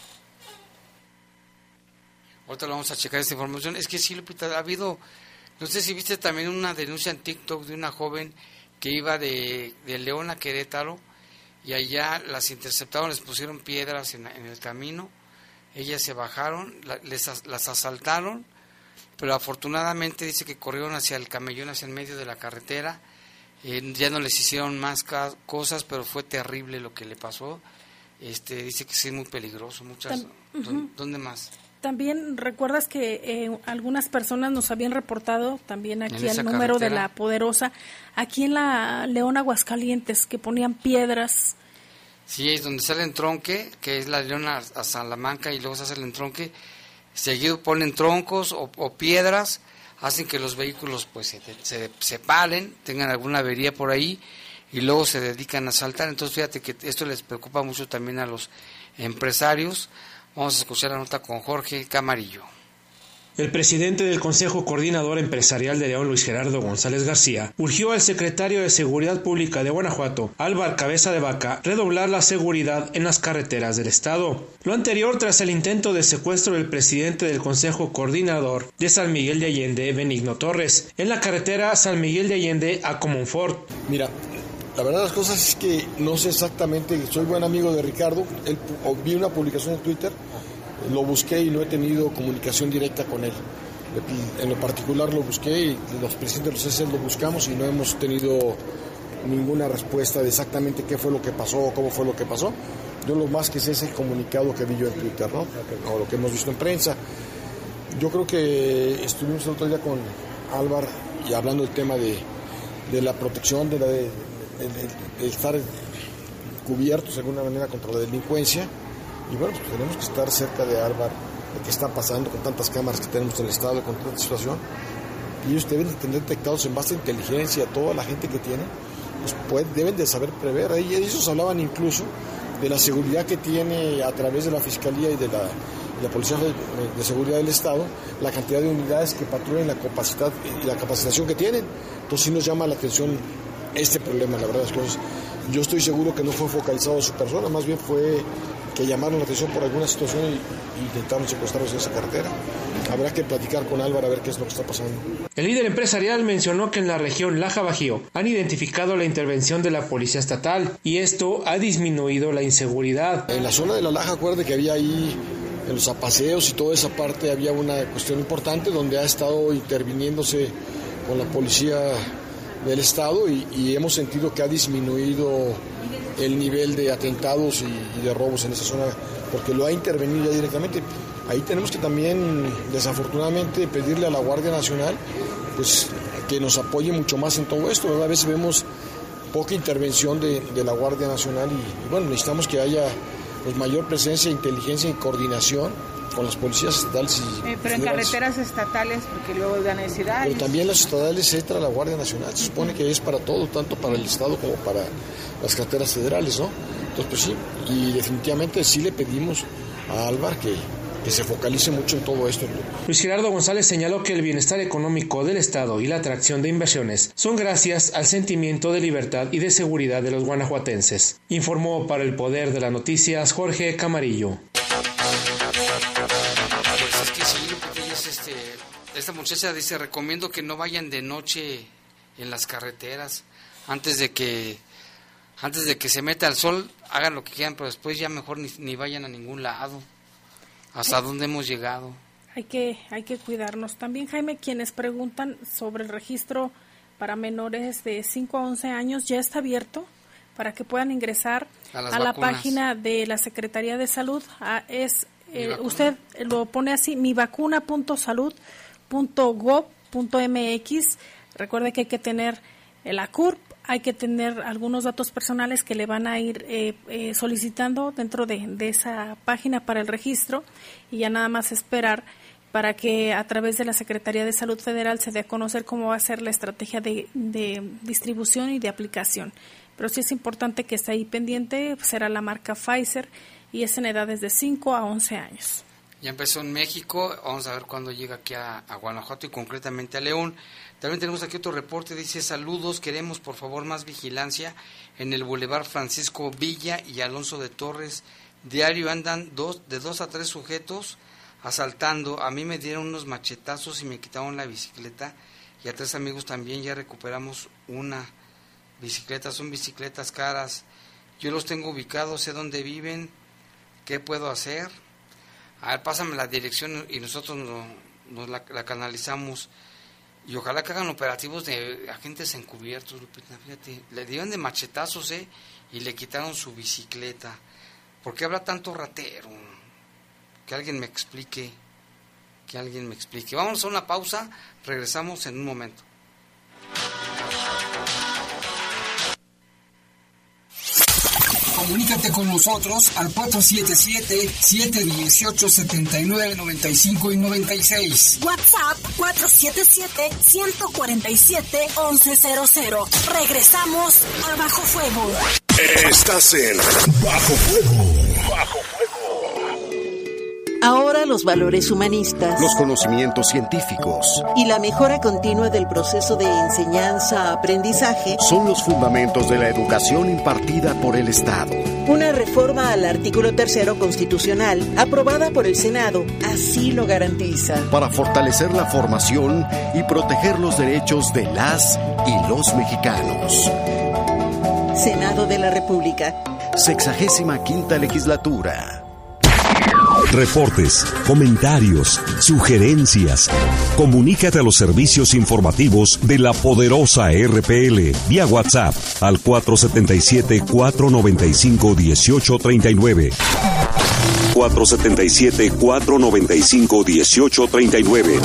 Ahorita lo vamos a checar esta información. Es que sí, Lupita, ha habido, no sé si viste también una denuncia en TikTok de una joven que iba de León a Querétaro y allá las interceptaron, les pusieron piedras en el camino. Ellas se bajaron, las asaltaron, pero afortunadamente dice que corrieron hacia el camellón, hacia el medio de la carretera. Ya no les hicieron más cosas, pero fue terrible lo que le pasó. Dice que sí es muy peligroso. ¿Dónde más? También recuerdas que algunas personas nos habían reportado también aquí al número carretera de La Poderosa, aquí en la León Aguascalientes, que ponían piedras. Sí, es donde sale el tronque, que es la León a Salamanca, y luego se hace el tronque. Seguido ponen troncos o piedras, hacen que los vehículos pues se paren, tengan alguna avería por ahí, y luego se dedican a asaltar. Entonces fíjate que esto les preocupa mucho también a los empresarios. Vamos a escuchar la nota con Jorge Camarillo. El presidente del Consejo Coordinador Empresarial de León, Luis Gerardo González García, urgió al secretario de Seguridad Pública de Guanajuato, Álvar Cabeza de Vaca, redoblar la seguridad en las carreteras del estado. Lo anterior tras el intento de secuestro del presidente del Consejo Coordinador de San Miguel de Allende, Benigno Torres, en la carretera San Miguel de Allende a Comonfort. Mira, la verdad de las cosas es que no sé exactamente, soy buen amigo de Ricardo, vi una publicación en Twitter, lo busqué y no he tenido comunicación directa con él. En lo particular lo busqué y los presidentes de los CC lo buscamos y no hemos tenido ninguna respuesta de exactamente qué fue lo que pasó o cómo fue lo que pasó. Yo lo más que sé es el comunicado que vi yo en Twitter, ¿no? O lo que hemos visto en prensa. Yo creo que estuvimos el otro día con Álvaro y hablando del tema de la protección, de estar cubiertos de alguna manera contra la delincuencia. Y bueno, pues tenemos que estar cerca de Álvaro, de qué está pasando con tantas cámaras que tenemos en el estado, con tanta situación. Y ellos deben de tener detectados en base a inteligencia, toda la gente que tiene, pues deben de saber prever. Ahí ellos hablaban incluso de la seguridad que tiene a través de la Fiscalía y de la Policía de Seguridad del Estado, la cantidad de unidades que patrullan, la capacidad y la capacitación que tienen. Entonces sí nos llama la atención este problema, la verdad es que yo estoy seguro que no fue focalizado a su persona, más bien fue que llamaron la atención por alguna situación y intentaron secuestrarlos en esa carretera. Habrá que platicar con Álvaro a ver qué es lo que está pasando. El líder empresarial mencionó que en la región Laja Bajío han identificado la intervención de la Policía Estatal y esto ha disminuido la inseguridad. En la zona de la Laja, acuérdate que había ahí, en los apaseos y toda esa parte, había una cuestión importante donde ha estado interviniéndose con la Policía del Estado y hemos sentido que ha disminuido el nivel de atentados y de robos en esa zona, porque lo ha intervenido ya directamente. Ahí tenemos que también, desafortunadamente, pedirle a la Guardia Nacional pues que nos apoye mucho más en todo esto, ¿verdad? A veces vemos poca intervención de la Guardia Nacional y bueno, necesitamos que haya pues, mayor presencia, inteligencia y coordinación con las policías estatales y pero en carreteras estatales, porque luego van a decir... Pero también las estatales entra la Guardia Nacional, se supone que es para todo, tanto para el Estado como para las carreteras federales, ¿no? Entonces, pues sí, y definitivamente sí le pedimos a Álvaro que se focalice mucho en todo esto. Luis Gerardo González señaló que el bienestar económico del Estado y la atracción de inversiones son gracias al sentimiento de libertad y de seguridad de los guanajuatenses. Informó para el Poder de las Noticias Jorge Camarillo. Pues es que sí, esta muchacha dice, recomiendo que no vayan de noche en las carreteras, antes de que se meta el sol, hagan lo que quieran, pero después ya mejor ni vayan a ningún lado. ¿Hasta dónde hemos llegado? Hay que cuidarnos. También, Jaime, quienes preguntan sobre el registro para menores de 5 a 11 años, ya está abierto para que puedan ingresar a la página de la Secretaría de Salud. Usted lo pone así, mivacuna.salud.gov.mx. Recuerde que hay que tener la CURP, hay que tener algunos datos personales que le van a ir solicitando dentro de esa página para el registro y ya nada más esperar para que a través de la Secretaría de Salud Federal se dé a conocer cómo va a ser la estrategia de distribución y de aplicación. Pero sí es importante que esté ahí pendiente, será la marca Pfizer y es en edades de 5 a 11 años. Ya empezó en México, vamos a ver cuándo llega aquí a Guanajuato y concretamente a León. También tenemos aquí otro reporte, dice, saludos, queremos por favor más vigilancia en el Boulevard Francisco Villa y Alonso de Torres. Diario andan de 2 a 3 sujetos asaltando. A mí me dieron unos machetazos y me quitaron la bicicleta y a 3 amigos también ya recuperamos una bicicleta. Son bicicletas caras. Yo los tengo ubicados, sé dónde viven, qué puedo hacer. A ver, pásame la dirección y nosotros nos la canalizamos. Y ojalá que hagan operativos de agentes encubiertos, Lupita. Fíjate, le dieron de machetazos, y le quitaron su bicicleta. ¿Por qué habla tanto ratero? Que alguien me explique. Vamos a una pausa, regresamos en un momento. Comunícate con nosotros al 477-718-7995 y 96. WhatsApp 477-147-1100. Regresamos a Bajo Fuego. Estás en Bajo Fuego. Bajo Fuego. Ahora los valores humanistas, los conocimientos científicos y la mejora continua del proceso de enseñanza-aprendizaje son los fundamentos de la educación impartida por el Estado. Una reforma al artículo 3º constitucional, aprobada por el Senado, así lo garantiza. Para fortalecer la formación y proteger los derechos de las y los mexicanos. Senado de la República. 65ª Legislatura. Reportes, comentarios, sugerencias. Comunícate a los servicios informativos de la poderosa RPL vía WhatsApp al 477-495-1839. 477-495-1839.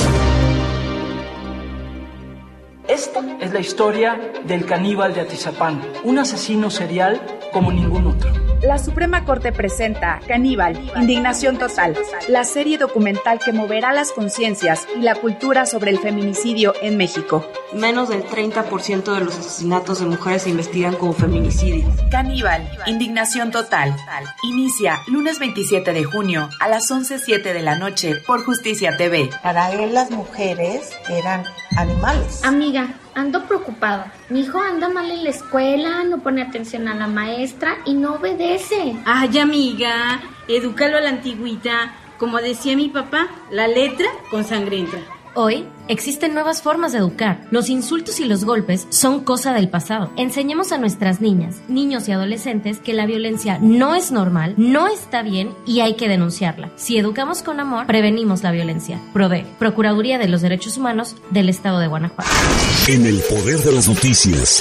Esta es la historia del caníbal de Atizapán, un asesino serial como ningún otro. La Suprema Corte presenta Caníbal, Indignación Total, la serie documental que moverá las conciencias y la cultura sobre el feminicidio en México. Menos del 30% de los asesinatos de mujeres se investigan como feminicidios. Caníbal, Indignación Total. Inicia lunes 27 de junio a las 11:07 de la noche por Justicia TV. Para él las mujeres eran animales. Amiga, ando preocupada. Mi hijo anda mal en la escuela, no pone atención a la maestra y no obedece. Ay, amiga, edúcalo a la antigüita. Como decía mi papá, la letra con sangre entra. Hoy existen nuevas formas de educar. Los insultos y los golpes son cosa del pasado. Enseñemos a nuestras niñas, niños y adolescentes que la violencia no es normal, no está bien y hay que denunciarla. Si educamos con amor, prevenimos la violencia. PRODE, Procuraduría de los Derechos Humanos del Estado de Guanajuato. En el poder de las noticias.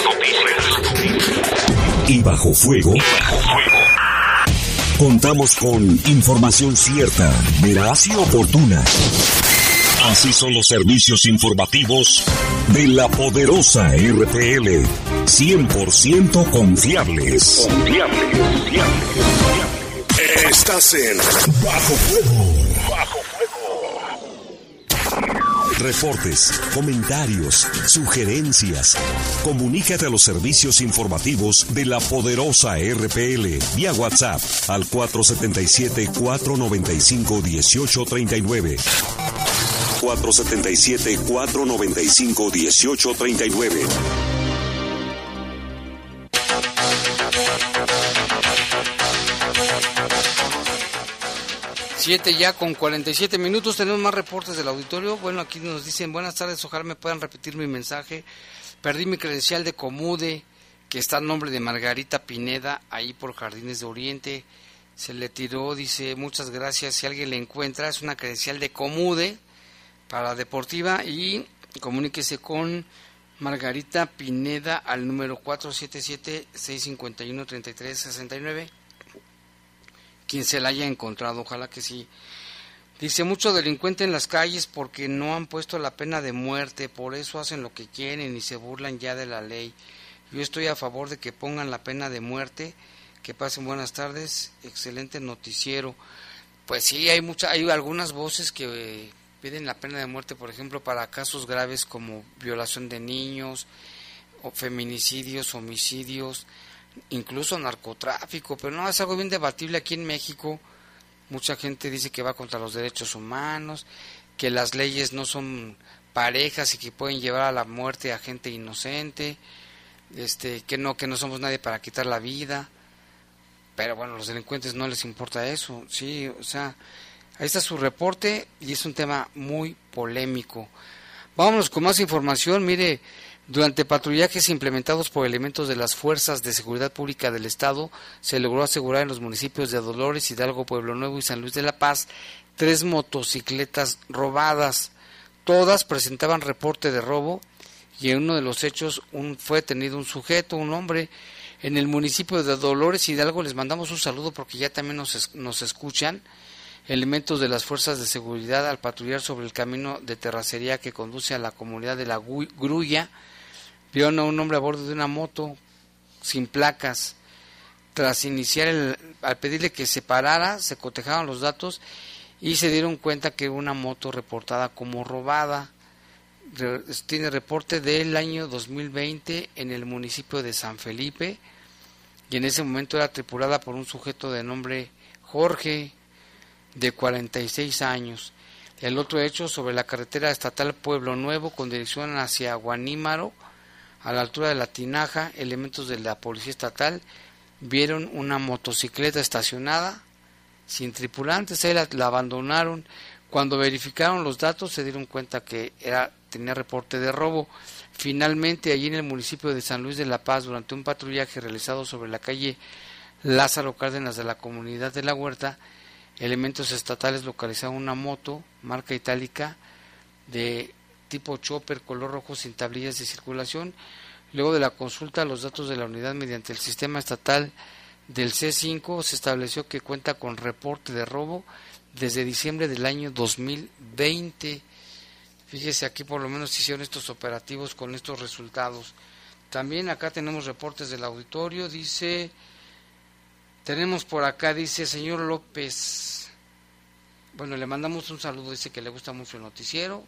Y bajo fuego. Contamos con información cierta, veraz y oportuna. Así son los servicios informativos de la poderosa RPL. 100% confiables. Estás en Bajo Fuego. Reportes, comentarios, sugerencias. Comunícate a los servicios informativos de la poderosa RPL vía WhatsApp al 477-495-1839. 477-495-1839. Siete ya con 47 minutos, tenemos más reportes del auditorio. Bueno, aquí nos dicen, buenas tardes, ojalá me puedan repetir mi mensaje. Perdí mi credencial de Comude, que está a nombre de Margarita Pineda, ahí por Jardines de Oriente. Se le tiró, dice, muchas gracias, si alguien le encuentra, es una credencial de Comude para deportiva, y comuníquese con Margarita Pineda al número 477-651-3369. Quien se la haya encontrado, ojalá que sí. Dice, mucho delincuente en las calles porque no han puesto la pena de muerte, por eso hacen lo que quieren y se burlan ya de la ley. Yo estoy a favor de que pongan la pena de muerte. Que pasen buenas tardes, excelente noticiero. Pues sí, hay algunas voces que piden la pena de muerte, por ejemplo, para casos graves como violación de niños, o feminicidios, homicidios, incluso narcotráfico, pero no, es algo bien debatible aquí en México. Mucha gente dice que va contra los derechos humanos, que las leyes no son parejas y que pueden llevar a la muerte a gente inocente, que no somos nadie para quitar la vida. Pero bueno, a los delincuentes no les importa eso, sí, o sea, ahí está su reporte y es un tema muy polémico. Vámonos con más información. Mire, durante patrullajes implementados por elementos de las Fuerzas de Seguridad Pública del Estado, se logró asegurar en los municipios de Dolores, Hidalgo, Pueblo Nuevo y San Luis de la Paz 3 motocicletas robadas. Todas presentaban reporte de robo y en uno de los hechos fue detenido un sujeto, un hombre. En el municipio de Dolores, Hidalgo, les mandamos un saludo porque ya también nos escuchan. Elementos de las fuerzas de seguridad al patrullar sobre el camino de terracería que conduce a la comunidad de la Grulla, vieron a un hombre a bordo de una moto sin placas. Tras iniciar al pedirle que se parara, se cotejaron los datos y se dieron cuenta que era una moto reportada como robada. Tiene reporte del año 2020 en el municipio de San Felipe y en ese momento era tripulada por un sujeto de nombre Jorge. de 46 años. El otro hecho sobre la carretera estatal Pueblo Nuevo con dirección hacia Guanímaro, a la altura de La Tinaja, elementos de la policía estatal vieron una motocicleta estacionada sin tripulantes, ahí la abandonaron. Cuando verificaron los datos se dieron cuenta que tenía reporte de robo. Finalmente, allí en el municipio de San Luis de la Paz, durante un patrullaje realizado sobre la calle Lázaro Cárdenas de la comunidad de La Huerta, elementos estatales localizaron una moto marca itálica de tipo chopper color rojo sin tablillas de circulación. Luego de la consulta a los datos de la unidad mediante el sistema estatal del C5, se estableció que cuenta con reporte de robo desde diciembre del año 2020. Fíjese, aquí por lo menos hicieron estos operativos con estos resultados. También acá tenemos reportes del auditorio. Tenemos por acá, dice señor López, bueno, le mandamos un saludo, dice que le gusta mucho el noticiero,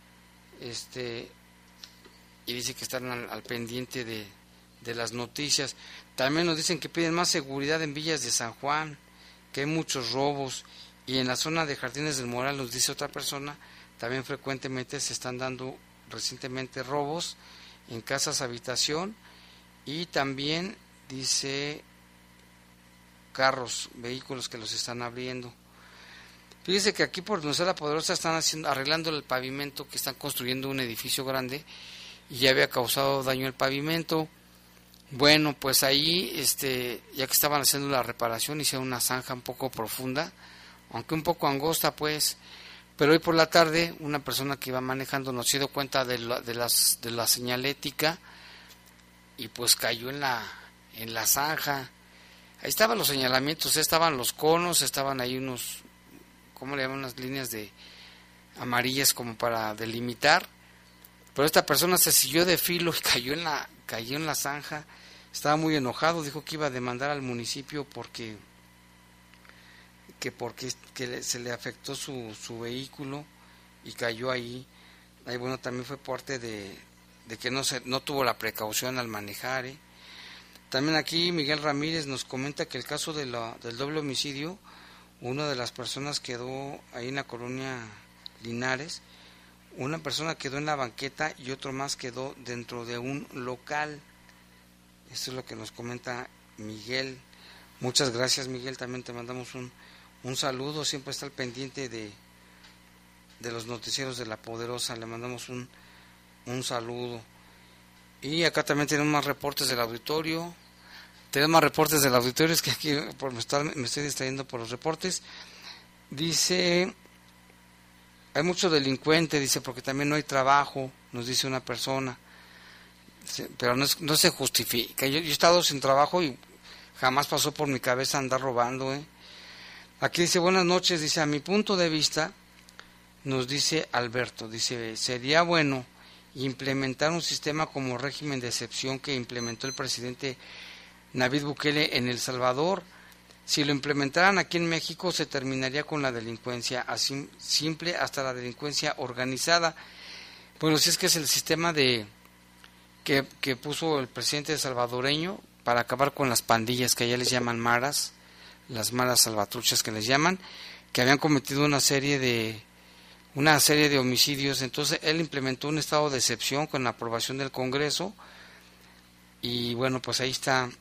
y dice que están al pendiente de las noticias. También nos dicen que piden más seguridad en Villas de San Juan, que hay muchos robos, y en la zona de Jardines del Moral, nos dice otra persona, también frecuentemente se están dando recientemente robos en casas habitación, y también dice carros, vehículos que los están abriendo. Fíjese que aquí por donde está La Poderosa están arreglando el pavimento, que están construyendo un edificio grande y ya había causado daño el pavimento. Bueno, pues ahí, ya que estaban haciendo la reparación, hicieron una zanja un poco profunda, aunque un poco angosta, pues. Pero hoy por la tarde, una persona que iba manejando no se dio cuenta de la señalética y pues cayó en la zanja. Ahí estaban los señalamientos, estaban los conos, estaban ahí unos, ¿cómo le llaman? Unas líneas de amarillas como para delimitar. Pero esta persona se siguió de filo y cayó en la zanja. Estaba muy enojado, dijo que iba a demandar al municipio porque se le afectó su vehículo y cayó ahí. Ahí bueno, también fue parte de que no tuvo la precaución al manejar. También aquí Miguel Ramírez nos comenta que el caso del doble homicidio, una de las personas quedó ahí en la colonia Linares, una persona quedó en la banqueta y otro más quedó dentro de un local. Esto es lo que nos comenta Miguel. Muchas gracias, Miguel, también te mandamos un saludo, siempre está al pendiente de los noticieros de La Poderosa, le mandamos un saludo. Y acá también tenemos más reportes del auditorio. Es que aquí me estoy distrayendo por los reportes. Dice, hay mucho delincuente, dice, porque también no hay trabajo, nos dice una persona. Pero no se justifica. Yo he estado sin trabajo y jamás pasó por mi cabeza andar robando. Aquí dice, buenas noches, dice, a mi punto de vista, nos dice Alberto, dice, sería bueno implementar un sistema como régimen de excepción que implementó el presidente Nayib Bukele en El Salvador. Si lo implementaran aquí en México se terminaría con la delincuencia así simple hasta la delincuencia organizada. Bueno, si es que es el sistema que puso el presidente salvadoreño para acabar con las pandillas que allá les llaman maras, las maras salvatruchas que les llaman, que habían cometido una serie de homicidios. Entonces él implementó un estado de excepción con la aprobación del Congreso y bueno, pues ahí está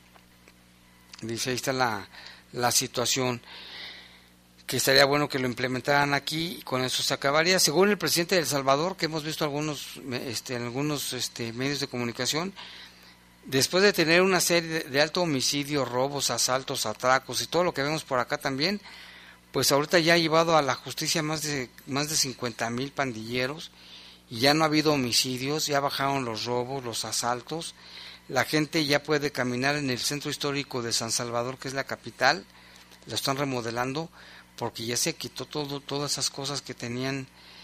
la situación, que estaría bueno que lo implementaran aquí y con eso se acabaría. Según el presidente de El Salvador, que hemos visto en algunos medios de comunicación, después de tener una serie de alto homicidio, robos, asaltos, atracos y todo lo que vemos por acá también, pues ahorita ya ha llevado a la justicia más de 50,000 pandilleros y ya no ha habido homicidios, ya bajaron los robos, los asaltos, la gente ya puede caminar en el centro histórico de San Salvador, que es la capital, lo están remodelando porque ya se quitó todas esas cosas que tenían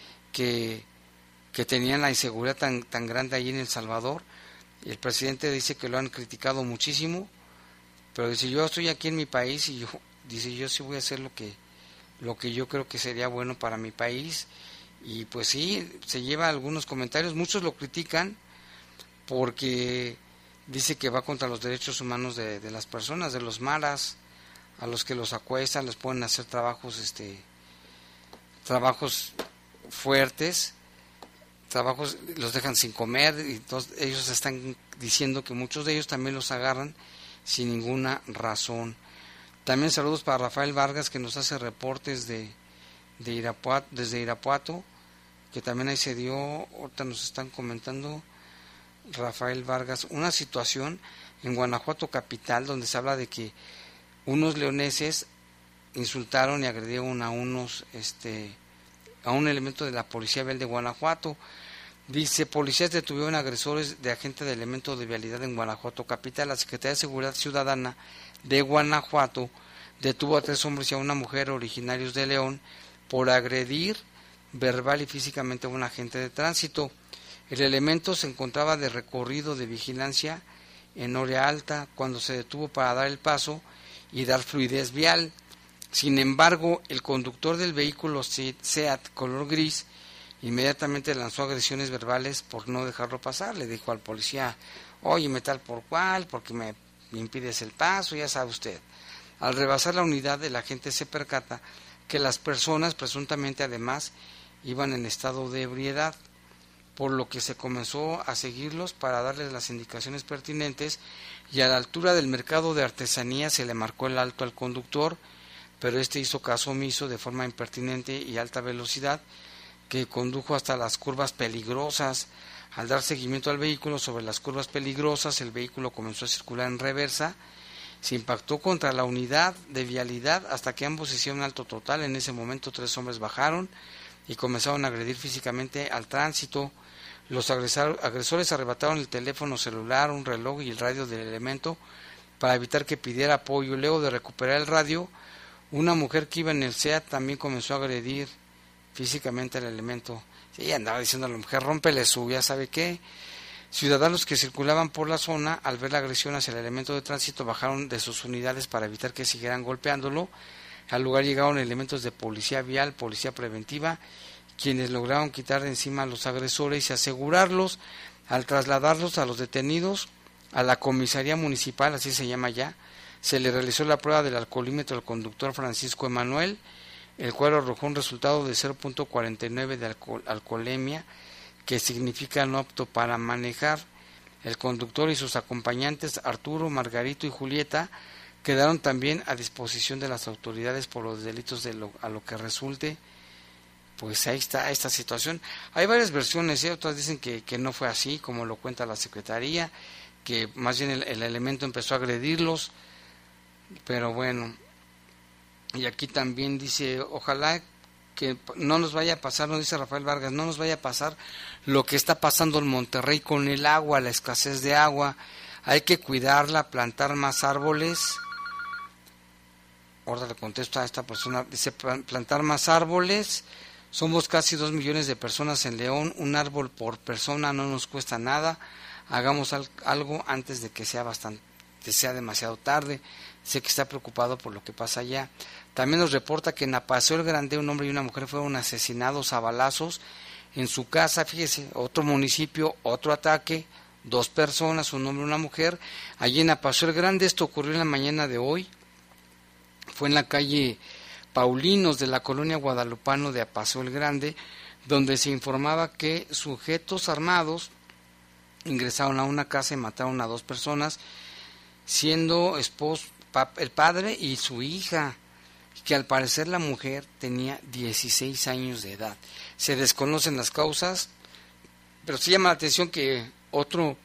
la inseguridad tan grande allí en El Salvador. Y el presidente dice que lo han criticado muchísimo, pero dice, yo estoy aquí en mi país y yo sí voy a hacer lo que yo creo que sería bueno para mi país. Y pues sí, se lleva algunos comentarios, muchos lo critican porque dice que va contra los derechos humanos de las personas, de los maras, a los que los acuestan, les pueden hacer trabajos trabajos fuertes, trabajos los dejan sin comer, y entonces ellos están diciendo que muchos de ellos también los agarran sin ninguna razón. También saludos para Rafael Vargas, que nos hace reportes desde Irapuato, que también ahí se dio, ahorita nos están comentando Rafael Vargas, una situación en Guanajuato capital donde se habla de que unos leoneses insultaron y agredieron a un elemento de la Policía Vial de Guanajuato. Dice, policías detuvieron agresores de agente de elemento de vialidad en Guanajuato capital. La Secretaría de Seguridad Ciudadana de Guanajuato detuvo a 3 hombres y a una mujer originarios de León por agredir verbal y físicamente a un agente de tránsito. El elemento se encontraba de recorrido de vigilancia en Oria Alta cuando se detuvo para dar el paso y dar fluidez vial. Sin embargo, el conductor del vehículo SEAT color gris inmediatamente lanzó agresiones verbales por no dejarlo pasar. Le dijo al policía, óyeme tal por cual, porque me impides el paso, ya sabe usted. Al rebasar la unidad, el agente se percata que las personas presuntamente además iban en estado de ebriedad, por lo que se comenzó a seguirlos para darles las indicaciones pertinentes, y a la altura del mercado de artesanía se le marcó el alto al conductor, pero este hizo caso omiso de forma impertinente y alta velocidad, que condujo hasta las curvas peligrosas. Al dar seguimiento al vehículo sobre las curvas peligrosas, el vehículo comenzó a circular en reversa, se impactó contra la unidad de vialidad hasta que ambos hicieron alto total. En ese momento 3 hombres bajaron y comenzaron a agredir físicamente al tránsito. Los agresores arrebataron el teléfono celular, un reloj y el radio del elemento para evitar que pidiera apoyo. Luego de recuperar el radio, una mujer que iba en el SEAT también comenzó a agredir físicamente al elemento. Sí, andaba diciendo a la mujer, rómpele su, ya sabe qué. Ciudadanos que circulaban por la zona, al ver la agresión hacia el elemento de tránsito, bajaron de sus unidades para evitar que siguieran golpeándolo. Al lugar llegaron elementos de policía vial, policía preventiva, quienes lograron quitar de encima a los agresores y asegurarlos. Al trasladarlos a los detenidos a la comisaría municipal, así se llama ya, se le realizó la prueba del alcoholímetro al conductor Francisco Emanuel, el cual arrojó un resultado de 0.49 de alcoholemia, que significa no apto para manejar. El conductor y sus acompañantes Arturo, Margarito y Julieta quedaron también a disposición de las autoridades por los delitos a lo que resulte. Pues ahí está esta situación. Hay varias versiones, otras dicen que no fue así, como lo cuenta la Secretaría, que más bien el elemento empezó a agredirlos, pero bueno. Y aquí también dice, ojalá que no nos vaya a pasar, nos dice Rafael Vargas, no nos vaya a pasar lo que está pasando en Monterrey con el agua, la escasez de agua. Hay que cuidarla, plantar más árboles. Ahora le contesto a esta persona, dice plantar más árboles. Somos casi 2 millones de personas en León, un árbol por persona no nos cuesta nada. Hagamos algo antes de que sea demasiado tarde. Sé que está preocupado por lo que pasa allá. También nos reporta que en Apaseo el Grande un hombre y una mujer fueron asesinados a balazos en su casa. Fíjese, otro municipio, otro ataque, 2 personas, un hombre y una mujer. Allí en Apaseo el Grande, esto ocurrió en la mañana de hoy. Fue en la calle Paulinos de la colonia Guadalupano de Apaseo el Grande, donde se informaba que sujetos armados ingresaron a una casa y mataron a 2 personas, siendo el padre y su hija, que al parecer la mujer tenía 16 años de edad. Se desconocen las causas, pero sí llama la atención que otro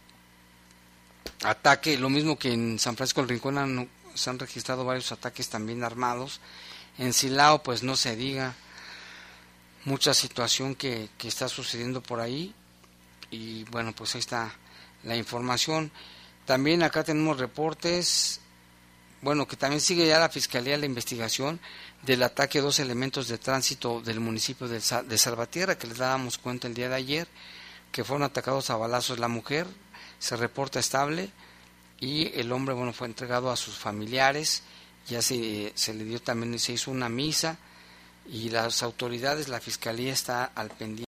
ataque, lo mismo que en San Francisco del Rincón se han registrado varios ataques también armados. En Silao, pues no se diga, mucha situación que está sucediendo por ahí. Y bueno, pues ahí está la información. También acá tenemos reportes, bueno, que también sigue ya la Fiscalía la investigación del ataque a 2 elementos de tránsito del municipio de Salvatierra, que les dábamos cuenta el día de ayer, que fueron atacados a balazos. La mujer se reporta estable y el hombre, bueno, fue entregado a sus familiares. Ya se le dio también, se hizo una misa, y las autoridades, la Fiscalía está al pendiente.